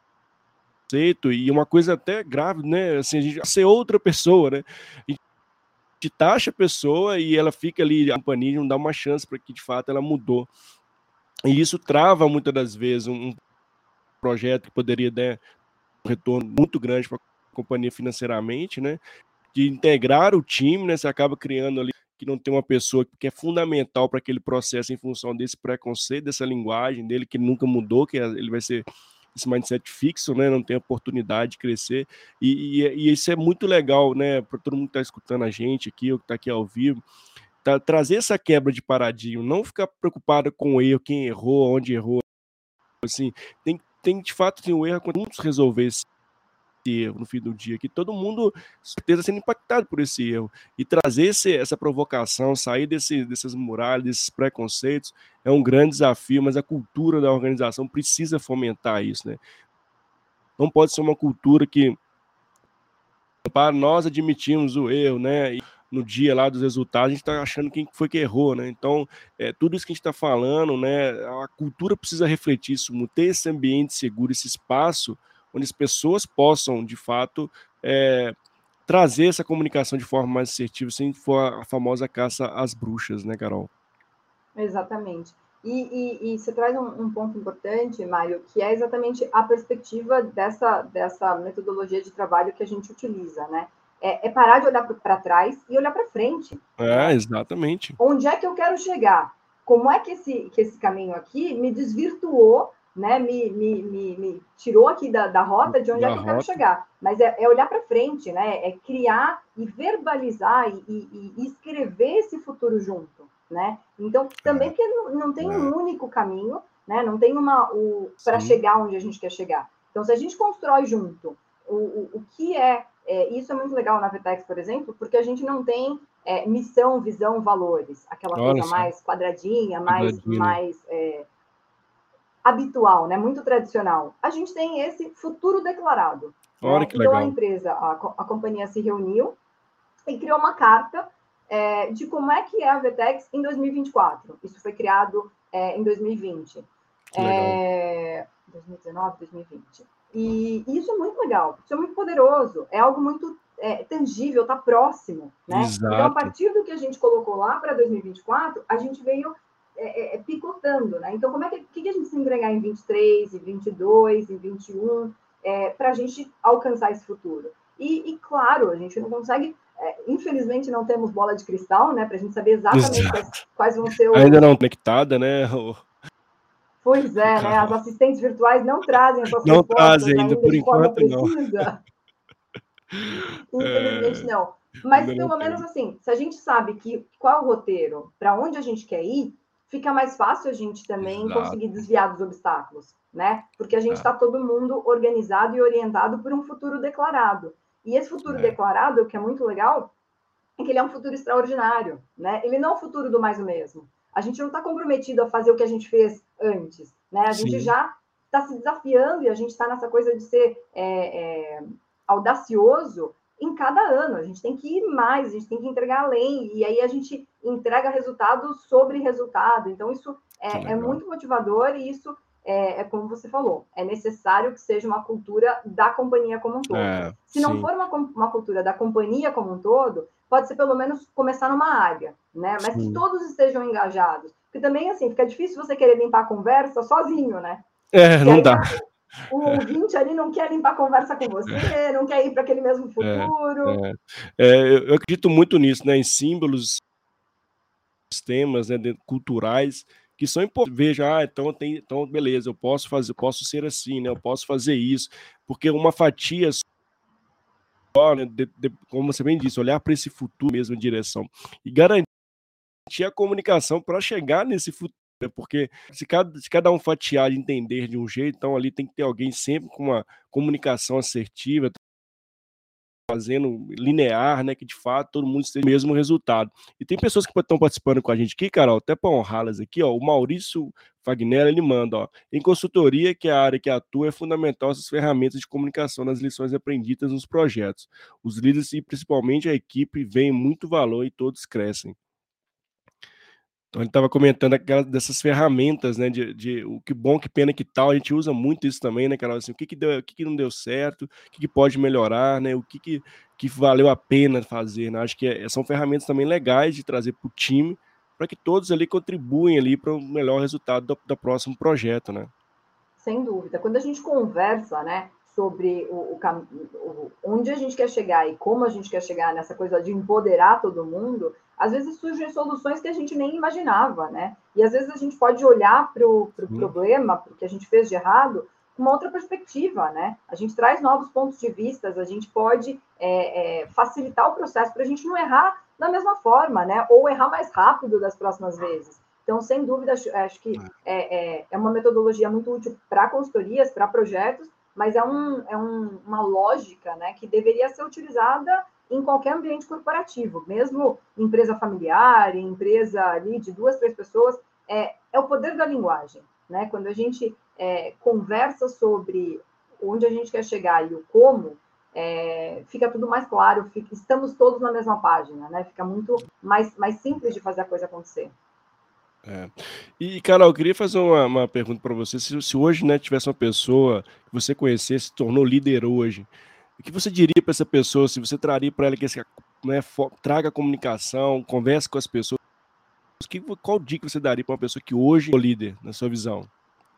e uma coisa até grave, né, assim, a gente ser outra pessoa, né? A gente taxa a pessoa e ela fica ali, a companhia não dá uma chance para que de fato ela mudou. E isso trava muitas das vezes um projeto que poderia dar um retorno muito grande para a companhia financeiramente, né? De integrar o time, né? Você acaba criando ali que não tem uma pessoa que é fundamental para aquele processo em função desse preconceito, dessa linguagem dele que nunca mudou, que ele vai ser esse mindset fixo, né? Não tem oportunidade de crescer. E, e, e isso é muito legal, né? Para todo mundo que está escutando a gente aqui, ou que está aqui ao vivo, tá, trazer essa quebra de paradigma, não ficar preocupado com o erro, quem errou, onde errou. Assim, tem, tem de fato tem o erro quando muitos resolver esse erro no fim do dia, que todo mundo esteja sendo impactado por esse erro, e trazer esse, essa provocação, sair desse, dessas muralhas, desses preconceitos, é um grande desafio, mas a cultura da organização precisa fomentar isso, né? Não pode ser uma cultura que para nós admitimos o erro, né? E no dia lá dos resultados, a gente está achando quem foi que errou, né? Então, é, tudo isso que a gente está falando, né? A cultura precisa refletir isso, ter esse ambiente seguro, esse espaço onde as pessoas possam, de fato, é, trazer essa comunicação de forma mais assertiva, sem for a famosa caça às bruxas, né, Carol? Exatamente. E, e, e você traz um, um ponto importante, Mário, que é exatamente a perspectiva dessa, dessa metodologia de trabalho que a gente utiliza, né? É, é parar de olhar para trás e olhar para frente. É, né? Exatamente. Onde é que eu quero chegar? Como é que esse, que esse caminho aqui me desvirtuou, né? me, me, me, me tirou aqui da, da rota de onde da é que eu rota. quero chegar? Mas é, é olhar para frente, né? É criar e verbalizar e, e, e escrever esse futuro junto. Né? Então, também porque não, não tem um único caminho, né? Não tem uma para chegar onde a gente quer chegar. Então, se a gente constrói junto o, o, o que é, é, isso é muito legal na Vertex, por exemplo, porque a gente não tem é, missão, visão, valores, aquela Olha coisa só, mais quadradinha, mais, quadradinho ali. mais é, habitual, né? Muito tradicional. A gente tem esse futuro declarado, Olha né? que Então a legal. empresa, a, co- a companhia se reuniu e criou uma carta é, de como é que é a Vetex em dois mil e vinte e quatro. Isso foi criado é, em dois mil e vinte. Que legal. É, dois mil e dezenove, dois mil e vinte. E, e isso é muito legal, isso é muito poderoso, é algo muito é, tangível, está próximo, né? Então, a Exato. partir do que a gente colocou lá para dois mil e vinte e quatro, a gente veio é, é, picotando, né? Então, como é que, que, que a gente se entregar em vinte e três, em vinte e dois, em vinte e um, é, para a gente alcançar esse futuro? E, e, claro, a gente não consegue, é, infelizmente, não temos bola de cristal, né? Para a gente saber exatamente quais, Exato. quais vão ser Ainda os. não conectada, né, o, Pois o é, né? As canal. assistentes virtuais não trazem essas Não respostas trazem ainda, ainda por de forma enquanto não. precisa. Infelizmente É, não. Mas ainda não pelo menos tem. assim, se a gente sabe que qual é o roteiro, para onde a gente quer ir, fica mais fácil a gente também Exato. conseguir desviar dos obstáculos, né? Porque a gente Tá. está todo mundo organizado e orientado por um futuro declarado. E esse futuro É, declarado, o que é muito legal, é que ele é um futuro extraordinário, né? Ele não é o futuro do mais o mesmo. A gente não está comprometido a fazer o que a gente fez antes, né? A gente sim, já está se desafiando e a gente está nessa coisa de ser é, é, audacioso em cada ano. A gente tem que ir mais, a gente tem que entregar além e aí a gente entrega resultado sobre resultado. Então isso que é, é legal. muito motivador e isso é, é como você falou, é necessário que seja uma cultura da companhia como um todo. É, Se não sim, for uma, uma cultura da companhia como um todo, pode ser pelo menos começar numa área, né? Mas que sim. todos estejam engajados. Porque também, assim, fica difícil você querer limpar a conversa sozinho, né? É, Porque não aí dá. o ouvinte ali não quer limpar a conversa com você, não quer ir para aquele mesmo É, futuro. é. É, eu eu acredito muito nisso, né, em símbolos, sistemas, né, de culturais, que são importantes. Veja, ah, então tem então beleza, eu posso fazer, eu posso ser assim, né, eu posso fazer isso, porque uma fatia só, né, de de como você bem disse, olhar para esse futuro mesmo em direção, e garantir a comunicação para chegar nesse futuro, né, porque se cada se cada um fatiar e entender de um jeito, então ali tem que ter alguém sempre com uma comunicação assertiva, fazendo linear, né, que de fato todo mundo esteja no mesmo resultado. E tem pessoas que estão participando com a gente aqui, Carol, até para honrá-las aqui, ó, o Maurício Fagnella, ele manda, ó, em consultoria, que é a área que atua, é fundamental essas ferramentas de comunicação nas lições aprendidas nos projetos. Os líderes e principalmente a equipe veem muito valor e todos crescem. Então ele estava comentando aquela dessas ferramentas, né, de de o que bom, que pena, que tal, a gente usa muito isso também, né, Carol, assim, o que que deu, o que que não deu certo, o que que pode melhorar, né, o que que que valeu a pena fazer, né, acho que é são ferramentas também legais de trazer para o time, para que todos ali contribuem ali para o melhor resultado do do próximo projeto, né. Sem dúvida. Quando a gente conversa, né, sobre o, o, o, onde a gente quer chegar e como a gente quer chegar nessa coisa de empoderar todo mundo, às vezes surgem soluções que a gente nem imaginava, né? E às vezes a gente pode olhar para o pro Sim, problema, para o que a gente fez de errado, com uma outra perspectiva, né? A gente traz novos pontos de vista, a gente pode é, é, facilitar o processo para a gente não errar da mesma forma, né? Ou errar mais rápido das próximas vezes. Então, sem dúvida, acho, acho que é, é, é uma metodologia muito útil para consultorias, para projetos, mas é, um, é um, uma lógica, né, que deveria ser utilizada em qualquer ambiente corporativo, mesmo empresa familiar, empresa ali de duas, três pessoas, é, é o poder da linguagem, né? Quando a gente é, conversa sobre onde a gente quer chegar e o como, é, fica tudo mais claro, fica, estamos todos na mesma página, né? Fica muito mais, mais simples de fazer a coisa acontecer. é. E, Carol, eu queria fazer uma uma pergunta para você, se se hoje, né, tivesse uma pessoa que você conhecesse, se tornou líder hoje, o que você diria para essa pessoa, se você traria para ela que esse, né, fo traga comunicação, converse com as pessoas, que qual dica você daria para uma pessoa que hoje é líder, na sua visão?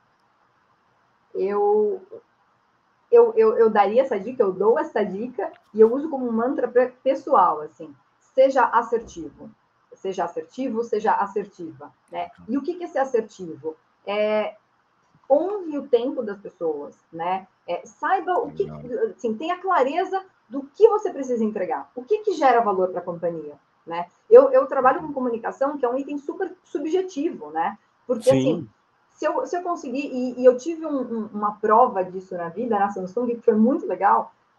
Eu eu, eu, eu daria essa dica, eu dou essa dica e eu uso como um mantra pessoal, assim, seja assertivo, seja assertivo, seja assertiva, né? E o que é ser assertivo? É honre o tempo das pessoas, né? É, saiba o que, Legal. assim, tenha clareza do que você precisa entregar, o que, que gera valor para a companhia, né? Eu, eu trabalho com comunicação, que é um item super subjetivo, né? Porque, assim, Sim, se eu, se eu conseguir, e, e eu tive um, um, uma prova disso na vida, na Samsung, que foi muito legal,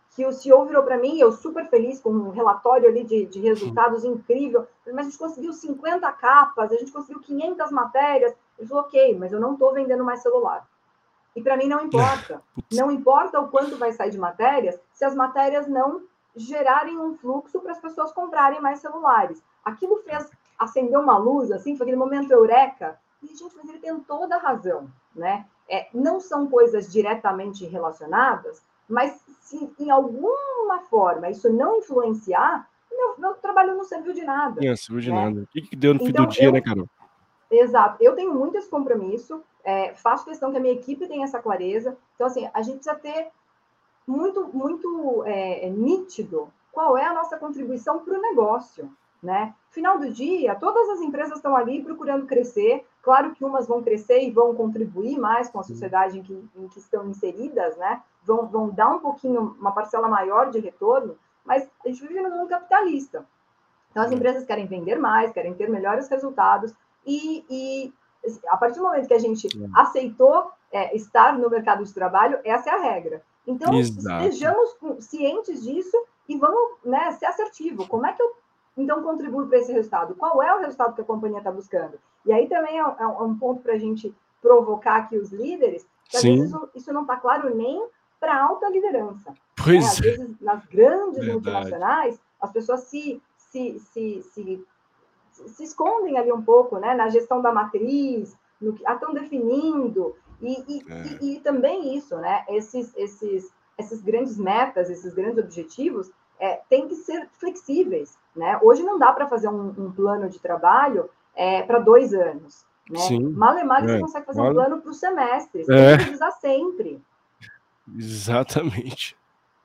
que o C E O virou para mim, eu super feliz com um relatório ali de, de resultados incrível, mas a gente conseguiu cinquenta capas, a gente conseguiu quinhentas matérias. Ele falou, ok, mas eu não estou vendendo mais celular. E para mim não importa. Não importa o quanto vai sair de matérias, se as matérias não gerarem um fluxo para as pessoas comprarem mais celulares. Aquilo fez acender uma luz, assim, foi aquele momento eureka. E, gente, mas ele tem toda a razão, né? É, não são coisas diretamente relacionadas, mas se em alguma forma isso não influenciar, meu, meu trabalho não serviu de nada. Não serviu de né? nada. O que, que deu no fim Então, do dia, eu, né, Carol? Exato. Eu tenho muito esse compromisso, é, faço questão que a minha equipe tenha essa clareza. Então, assim, a gente precisa ter muito, muito é, nítido qual é a nossa contribuição para o negócio. Né? Final do dia, todas as empresas estão ali procurando crescer. Claro que umas vão crescer e vão contribuir mais com a sociedade em que, em que estão inseridas, né? Vão, vão dar um pouquinho, uma parcela maior de retorno, mas a gente vive num mundo capitalista. Então, as empresas querem vender mais, querem ter melhores resultados, e, e a partir do momento que a gente aceitou é, estar no mercado de trabalho, essa é a regra. Então, Exato. estejamos cientes disso e vamos, né, ser assertivo. Como é que eu, então, contribuo para esse resultado? Qual é o resultado que a companhia está buscando? E aí também é, é um ponto para a gente provocar aqui os líderes, que às Sim. vezes isso não está claro nem para a alta liderança. Pois né? Às é. vezes, nas grandes Verdade. multinacionais, as pessoas se Se, se, se, se escondem ali um pouco, né, na gestão da matriz, no que estão definindo, e, e, é. e, e também isso, né, esses, esses, esses grandes metas, esses grandes objetivos, é, têm que ser flexíveis, né? Hoje não dá para fazer um, um plano de trabalho é, para dois anos, né? Sim. Mal e mal é. você consegue fazer mal... um plano para os semestres, é. tem que revisar sempre. Exatamente.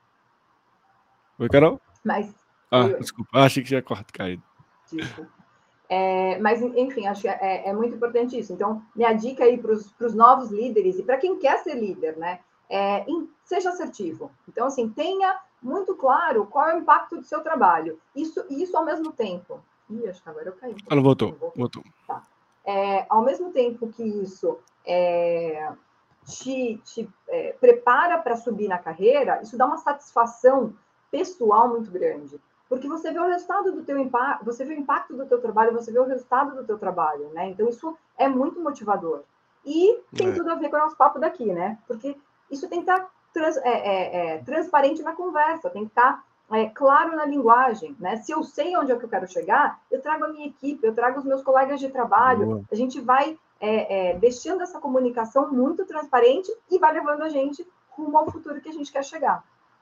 Oi, Carol? Mas... Ah, oi, oi. desculpa. Ah, achei que tinha corto caído. Desculpa. É, mas, enfim, acho que é, é, muito importante isso. Então, minha dica aí para os novos líderes e para quem quer ser líder, né? É, em, seja assertivo. Então, assim, tenha muito claro qual é o impacto do seu trabalho. Isso, isso ao mesmo tempo. Ih, acho que agora eu caí. Ah, não voltou. Não, voltou. Tá. É, ao mesmo tempo que isso é, te, te é, prepara para subir na carreira, isso dá uma satisfação pessoal muito grande. Porque você vê o resultado do teu impacto, você vê o impacto do teu trabalho, você vê o resultado do teu trabalho, né? Então, isso é muito motivador. E tem é. tudo a ver com o nosso papo daqui, né? Porque isso tem que estar trans, é, é, é, transparente na conversa, tem que estar é, claro na linguagem, né? Se eu sei onde é que eu quero chegar, eu trago a minha equipe, eu trago os meus colegas de trabalho, Boa. a gente vai é, é, deixando essa comunicação muito transparente e vai levando a gente rumo ao futuro que a gente quer chegar.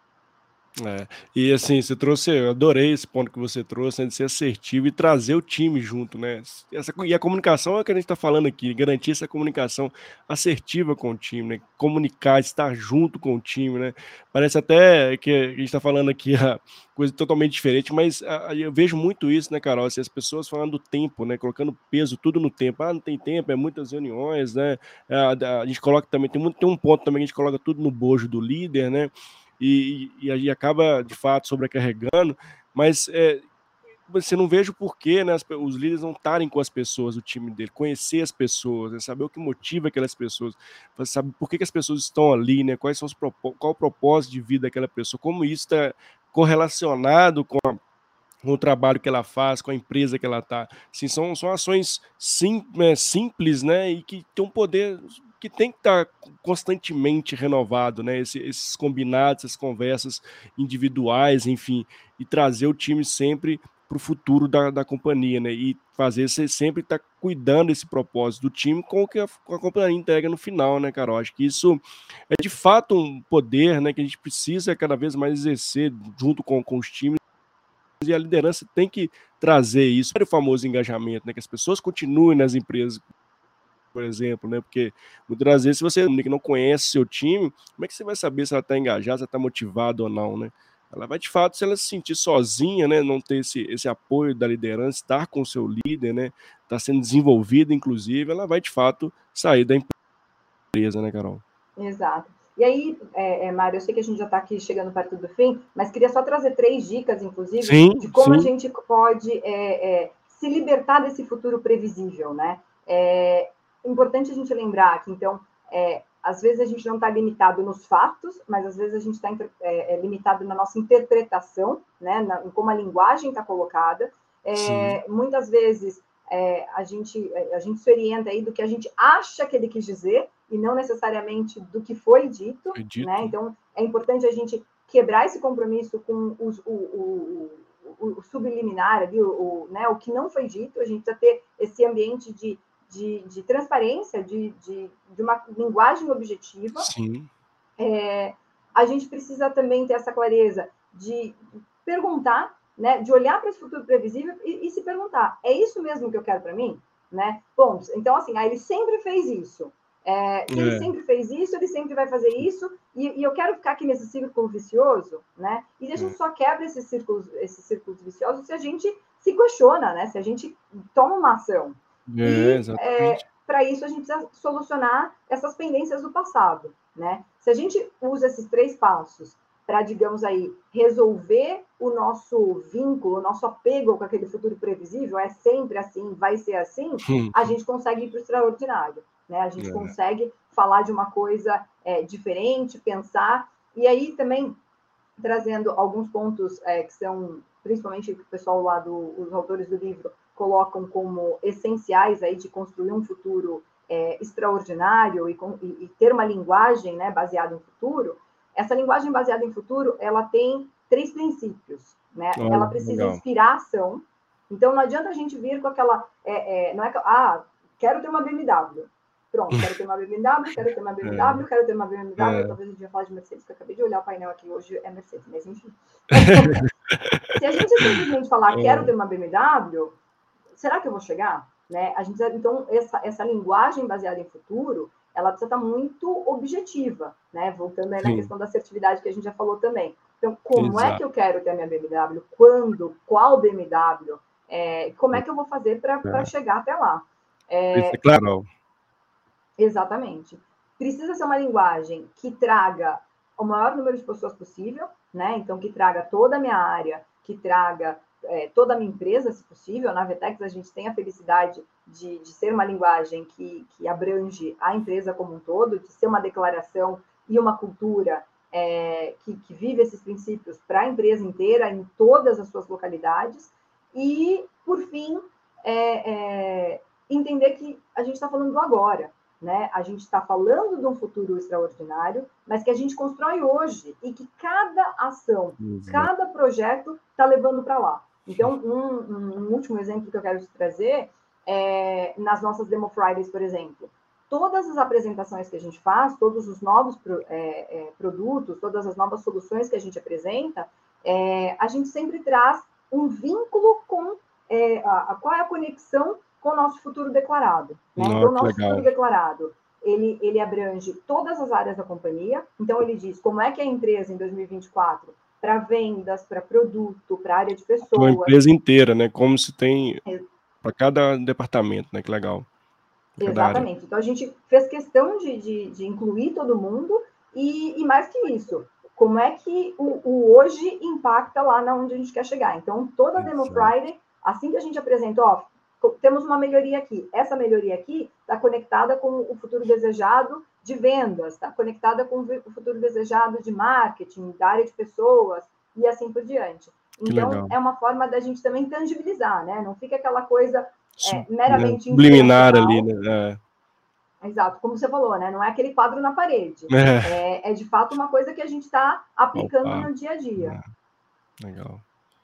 É, e assim, você trouxe, eu adorei esse ponto que você trouxe, né, de ser assertivo e trazer o time junto, né? Essa, e a comunicação é o que a gente está falando aqui, garantir essa comunicação assertiva com o time, né? Comunicar, estar junto com o time, né? Parece até que a gente está falando aqui a coisa totalmente diferente, mas a, eu vejo muito isso, né, Carol? Assim, as pessoas falando do tempo, né? Colocando peso tudo no tempo. Ah, não tem tempo, é muitas reuniões, né? A, a gente coloca também, tem, muito, tem um ponto também que a gente coloca tudo no bojo do líder, né? E, e, e aí acaba, de fato, sobrecarregando, mas é, você não vejo porquê, né, as, os líderes não estarem com as pessoas, o time dele, conhecer as pessoas, né, saber o que motiva aquelas pessoas, saber por que, que as pessoas estão ali, né, quais são os qual o propósito de vida daquela pessoa, como isso está correlacionado com a com o trabalho que ela faz, com a empresa que ela está. Assim, são, são ações sim, é, simples, né, e que tem um poder que tem que estar constantemente renovado, né, Esse, esses combinados, essas conversas individuais, enfim, e trazer o time sempre para o futuro da, da companhia, né, e fazer você sempre estar tá cuidando desse propósito do time com o que a, com a companhia entrega no final, né, Carol? Acho que isso é de fato um poder, né, que a gente precisa cada vez mais exercer junto com, com os times, e a liderança tem que trazer isso, o famoso engajamento, né, que as pessoas continuem nas empresas, por exemplo, né, porque muitas vezes se você não conhece seu time, como é que você vai saber se ela está engajada, se ela está motivada ou não, né? Ela vai, de fato, se ela se sentir sozinha, né, não ter esse, esse apoio da liderança, estar com o seu líder, né, estar sendo desenvolvida, inclusive, ela vai, de fato, sair da empresa, né, Carol? Exato. E aí, é, é, Mário, eu sei que a gente já está aqui chegando perto do fim, mas queria só trazer três dicas, inclusive, sim, de como sim. a gente pode é, é, se libertar desse futuro previsível, né? É importante a gente lembrar que, então, é, às vezes a gente não está limitado nos fatos, mas às vezes a gente está é, é, limitado na nossa interpretação, né, na, em como a linguagem está colocada. É, muitas vezes é, a, gente, a gente se orienta aí do que a gente acha que ele quis dizer e não necessariamente do que foi dito, foi dito. Né? Então, é importante a gente quebrar esse compromisso com os, o, o, o, o subliminar, ali, o, o, né, o que não foi dito. A gente precisa ter esse ambiente de, de, de transparência, de, de, de uma linguagem objetiva. Sim. É, a gente precisa também ter essa clareza de perguntar, né, de olhar para esse futuro previsível e, e se perguntar, é isso mesmo que eu quero para mim? Né? Bom, então, assim, ah, ele sempre fez isso. É, se é. ele sempre fez isso, ele sempre vai fazer isso, e, e eu quero ficar aqui nesse círculo vicioso, né? E a gente é. só quebra esses círculos, esses círculos viciosos se a gente se questiona, né? Se a gente toma uma ação. É, e, exatamente. É, para isso, a gente precisa solucionar essas pendências do passado, né? Se a gente usa esses três passos para, digamos aí, resolver o nosso vínculo, o nosso apego com aquele futuro previsível, é sempre assim, vai ser assim, a gente consegue ir para o extraordinário, né? A gente é. consegue falar de uma coisa é, diferente, pensar, e aí também trazendo alguns pontos é, que são, principalmente o pessoal lá, do, os autores do livro, colocam como essenciais aí de construir um futuro é, extraordinário e, com, e, e ter uma linguagem, né, baseada em futuro. Essa linguagem baseada em futuro, ela tem três princípios, né? Oh, ela precisa legal. inspirar ação. Então, não adianta a gente vir com aquela... É, é, não é que, ah, quero ter uma B M W. Pronto, quero ter uma B M W, quero ter uma B M W, é. quero ter uma B M W. É. Talvez a gente vai falar de Mercedes, que eu acabei de olhar o painel aqui hoje, é Mercedes, mas enfim. Se a gente simplesmente falar, quero ter uma B M W, será que eu vou chegar? Né? A gente, então, essa, essa linguagem baseada em futuro, ela precisa estar muito objetiva, né? Voltando aí Sim. na questão da assertividade que a gente já falou também. Então, como Exato. é que eu quero ter a minha B M W? Quando? Qual B M W? É, como é que eu vou fazer para é. chegar até lá? É, claro. Exatamente. Precisa ser uma linguagem que traga o maior número de pessoas possível, né? Então, que traga toda a minha área, que traga é, toda a minha empresa, se possível. Na Vetex, a gente tem a felicidade de, de ser uma linguagem que, que abrange a empresa como um todo, de ser uma declaração e uma cultura é, que, que vive esses princípios para a empresa inteira, em todas as suas localidades. E, por fim, é, é, entender que a gente está falando do agora. Né? A gente está falando de um futuro extraordinário, mas que a gente constrói hoje e que cada ação, Exato. cada projeto está levando para lá. Então, um, um último exemplo que eu quero te trazer é nas nossas Demo Fridays, por exemplo. Todas as apresentações que a gente faz, todos os novos pro, é, é, produtos, todas as novas soluções que a gente apresenta, é, a gente sempre traz um vínculo com é, a, a, qual é a conexão com o nosso futuro declarado. Né? Não, então, o nosso legal. futuro declarado, ele, ele abrange todas as áreas da companhia. Então, ele diz como é que a empresa, em dois mil e vinte e quatro, para vendas, para produto, para área de pessoas... Uma empresa inteira, né? Como se tem para cada departamento, né? Que legal. Exatamente. Área. Então, a gente fez questão de, de, de incluir todo mundo e, e, mais que isso, como é que o, o hoje impacta lá na onde a gente quer chegar. Então, toda a Demo Friday, assim que a gente apresentou, ó, temos uma melhoria aqui. Essa melhoria aqui está conectada com o futuro desejado de vendas, está conectada com o futuro desejado de marketing, da área de pessoas e assim por diante. Então, é uma forma da gente também tangibilizar, né? Não fica aquela coisa é, meramente subliminar ali, né? É. Exato, como você falou, né? Não é aquele quadro na parede. É, é, é de fato uma coisa que a gente está aplicando Opa. no dia a dia. É. Legal.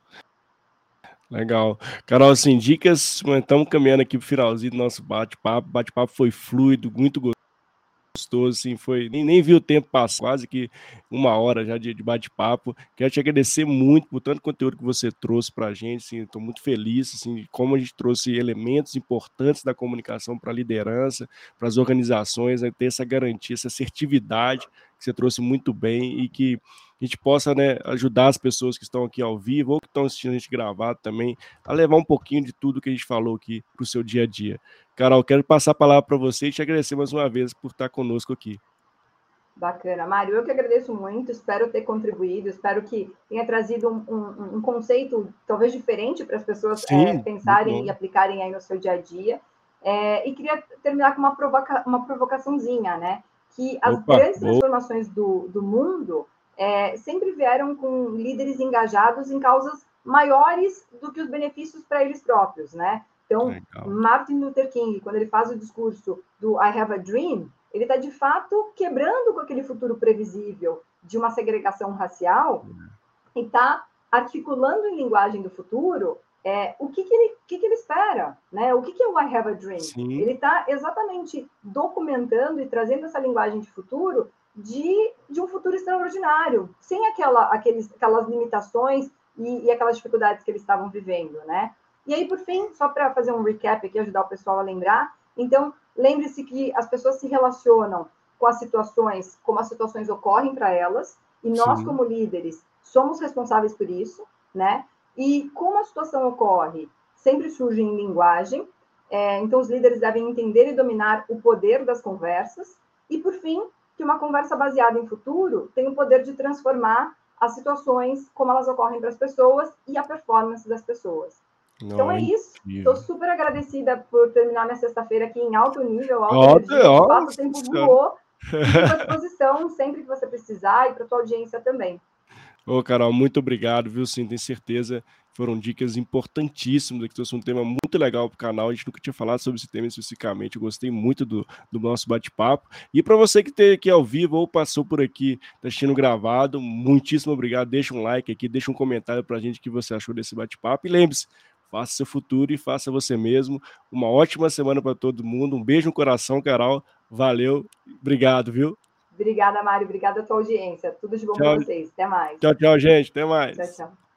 Legal. Carol, assim, dicas, estamos caminhando aqui para o finalzinho do nosso bate-papo. O bate-papo foi fluido, muito gostoso, assim, foi, nem, nem vi o tempo passar, quase que uma hora já de, de bate-papo. Quero te agradecer muito por tanto conteúdo que você trouxe para a gente, assim, estou muito feliz, assim, de como a gente trouxe elementos importantes da comunicação para a liderança, para as organizações, né, ter essa garantia, essa assertividade que você trouxe muito bem e que a gente possa, né, ajudar as pessoas que estão aqui ao vivo ou que estão assistindo a gente gravado também a levar um pouquinho de tudo que a gente falou aqui para o seu dia a dia. Carol, quero passar a palavra para você e te agradecer mais uma vez por estar conosco aqui. Bacana, Mário, eu que agradeço muito, espero ter contribuído, espero que tenha trazido um, um, um conceito talvez diferente para as pessoas Sim, é, pensarem e aplicarem aí no seu dia a dia. É, e queria terminar com uma, provoca uma provocaçãozinha, né? que as Opa, grandes boa. transformações do, do mundo é, sempre vieram com líderes engajados em causas maiores do que os benefícios para eles próprios, né? Então, Legal. Martin Luther King, quando ele faz o discurso do I Have a Dream, ele está, de fato, quebrando com aquele futuro previsível de uma segregação racial e está articulando em linguagem do futuro é, o que, que, ele, que, que ele espera, né? O que, que é o I Have a Dream? Sim. Ele está exatamente documentando e trazendo essa linguagem de futuro de, de um futuro extraordinário, sem aquela, aqueles, aquelas limitações e, e aquelas dificuldades que eles estavam vivendo, né? E aí, por fim, só para fazer um recap aqui, ajudar o pessoal a lembrar, então, lembre-se que as pessoas se relacionam com as situações, como as situações ocorrem para elas, e nós, Sim. como líderes, somos responsáveis por isso, né? E como a situação ocorre, sempre surge em linguagem, é, então os líderes devem entender e dominar o poder das conversas, e, por fim, que uma conversa baseada em futuro tem o poder de transformar as situações como elas ocorrem para as pessoas e a performance das pessoas. Não, então é isso. Estou super agradecida por terminar minha sexta-feira aqui em alto nível, alta Ó, energia. ó, De fato, o tempo voou. E fico à disposição sempre que você precisar e para a tua audiência também. Ô, Carol, muito obrigado, viu? Sim, tenho certeza. Foram dicas importantíssimas, que trouxe um tema muito legal para o canal. A gente nunca tinha falado sobre esse tema especificamente. Eu gostei muito do, do nosso bate-papo. E para você que esteve aqui ao vivo ou passou por aqui, está assistindo gravado, muitíssimo obrigado. Deixa um like aqui, deixa um comentário para a gente o que você achou desse bate-papo. E lembre-se, faça seu futuro e faça você mesmo. Uma ótima semana para todo mundo. Um beijo no coração, Carol. Valeu. Obrigado, viu? Obrigada, Mário. Obrigada a tua audiência. Tudo de bom para vocês. Até mais. Tchau, tchau, gente. Até mais. Tchau, tchau.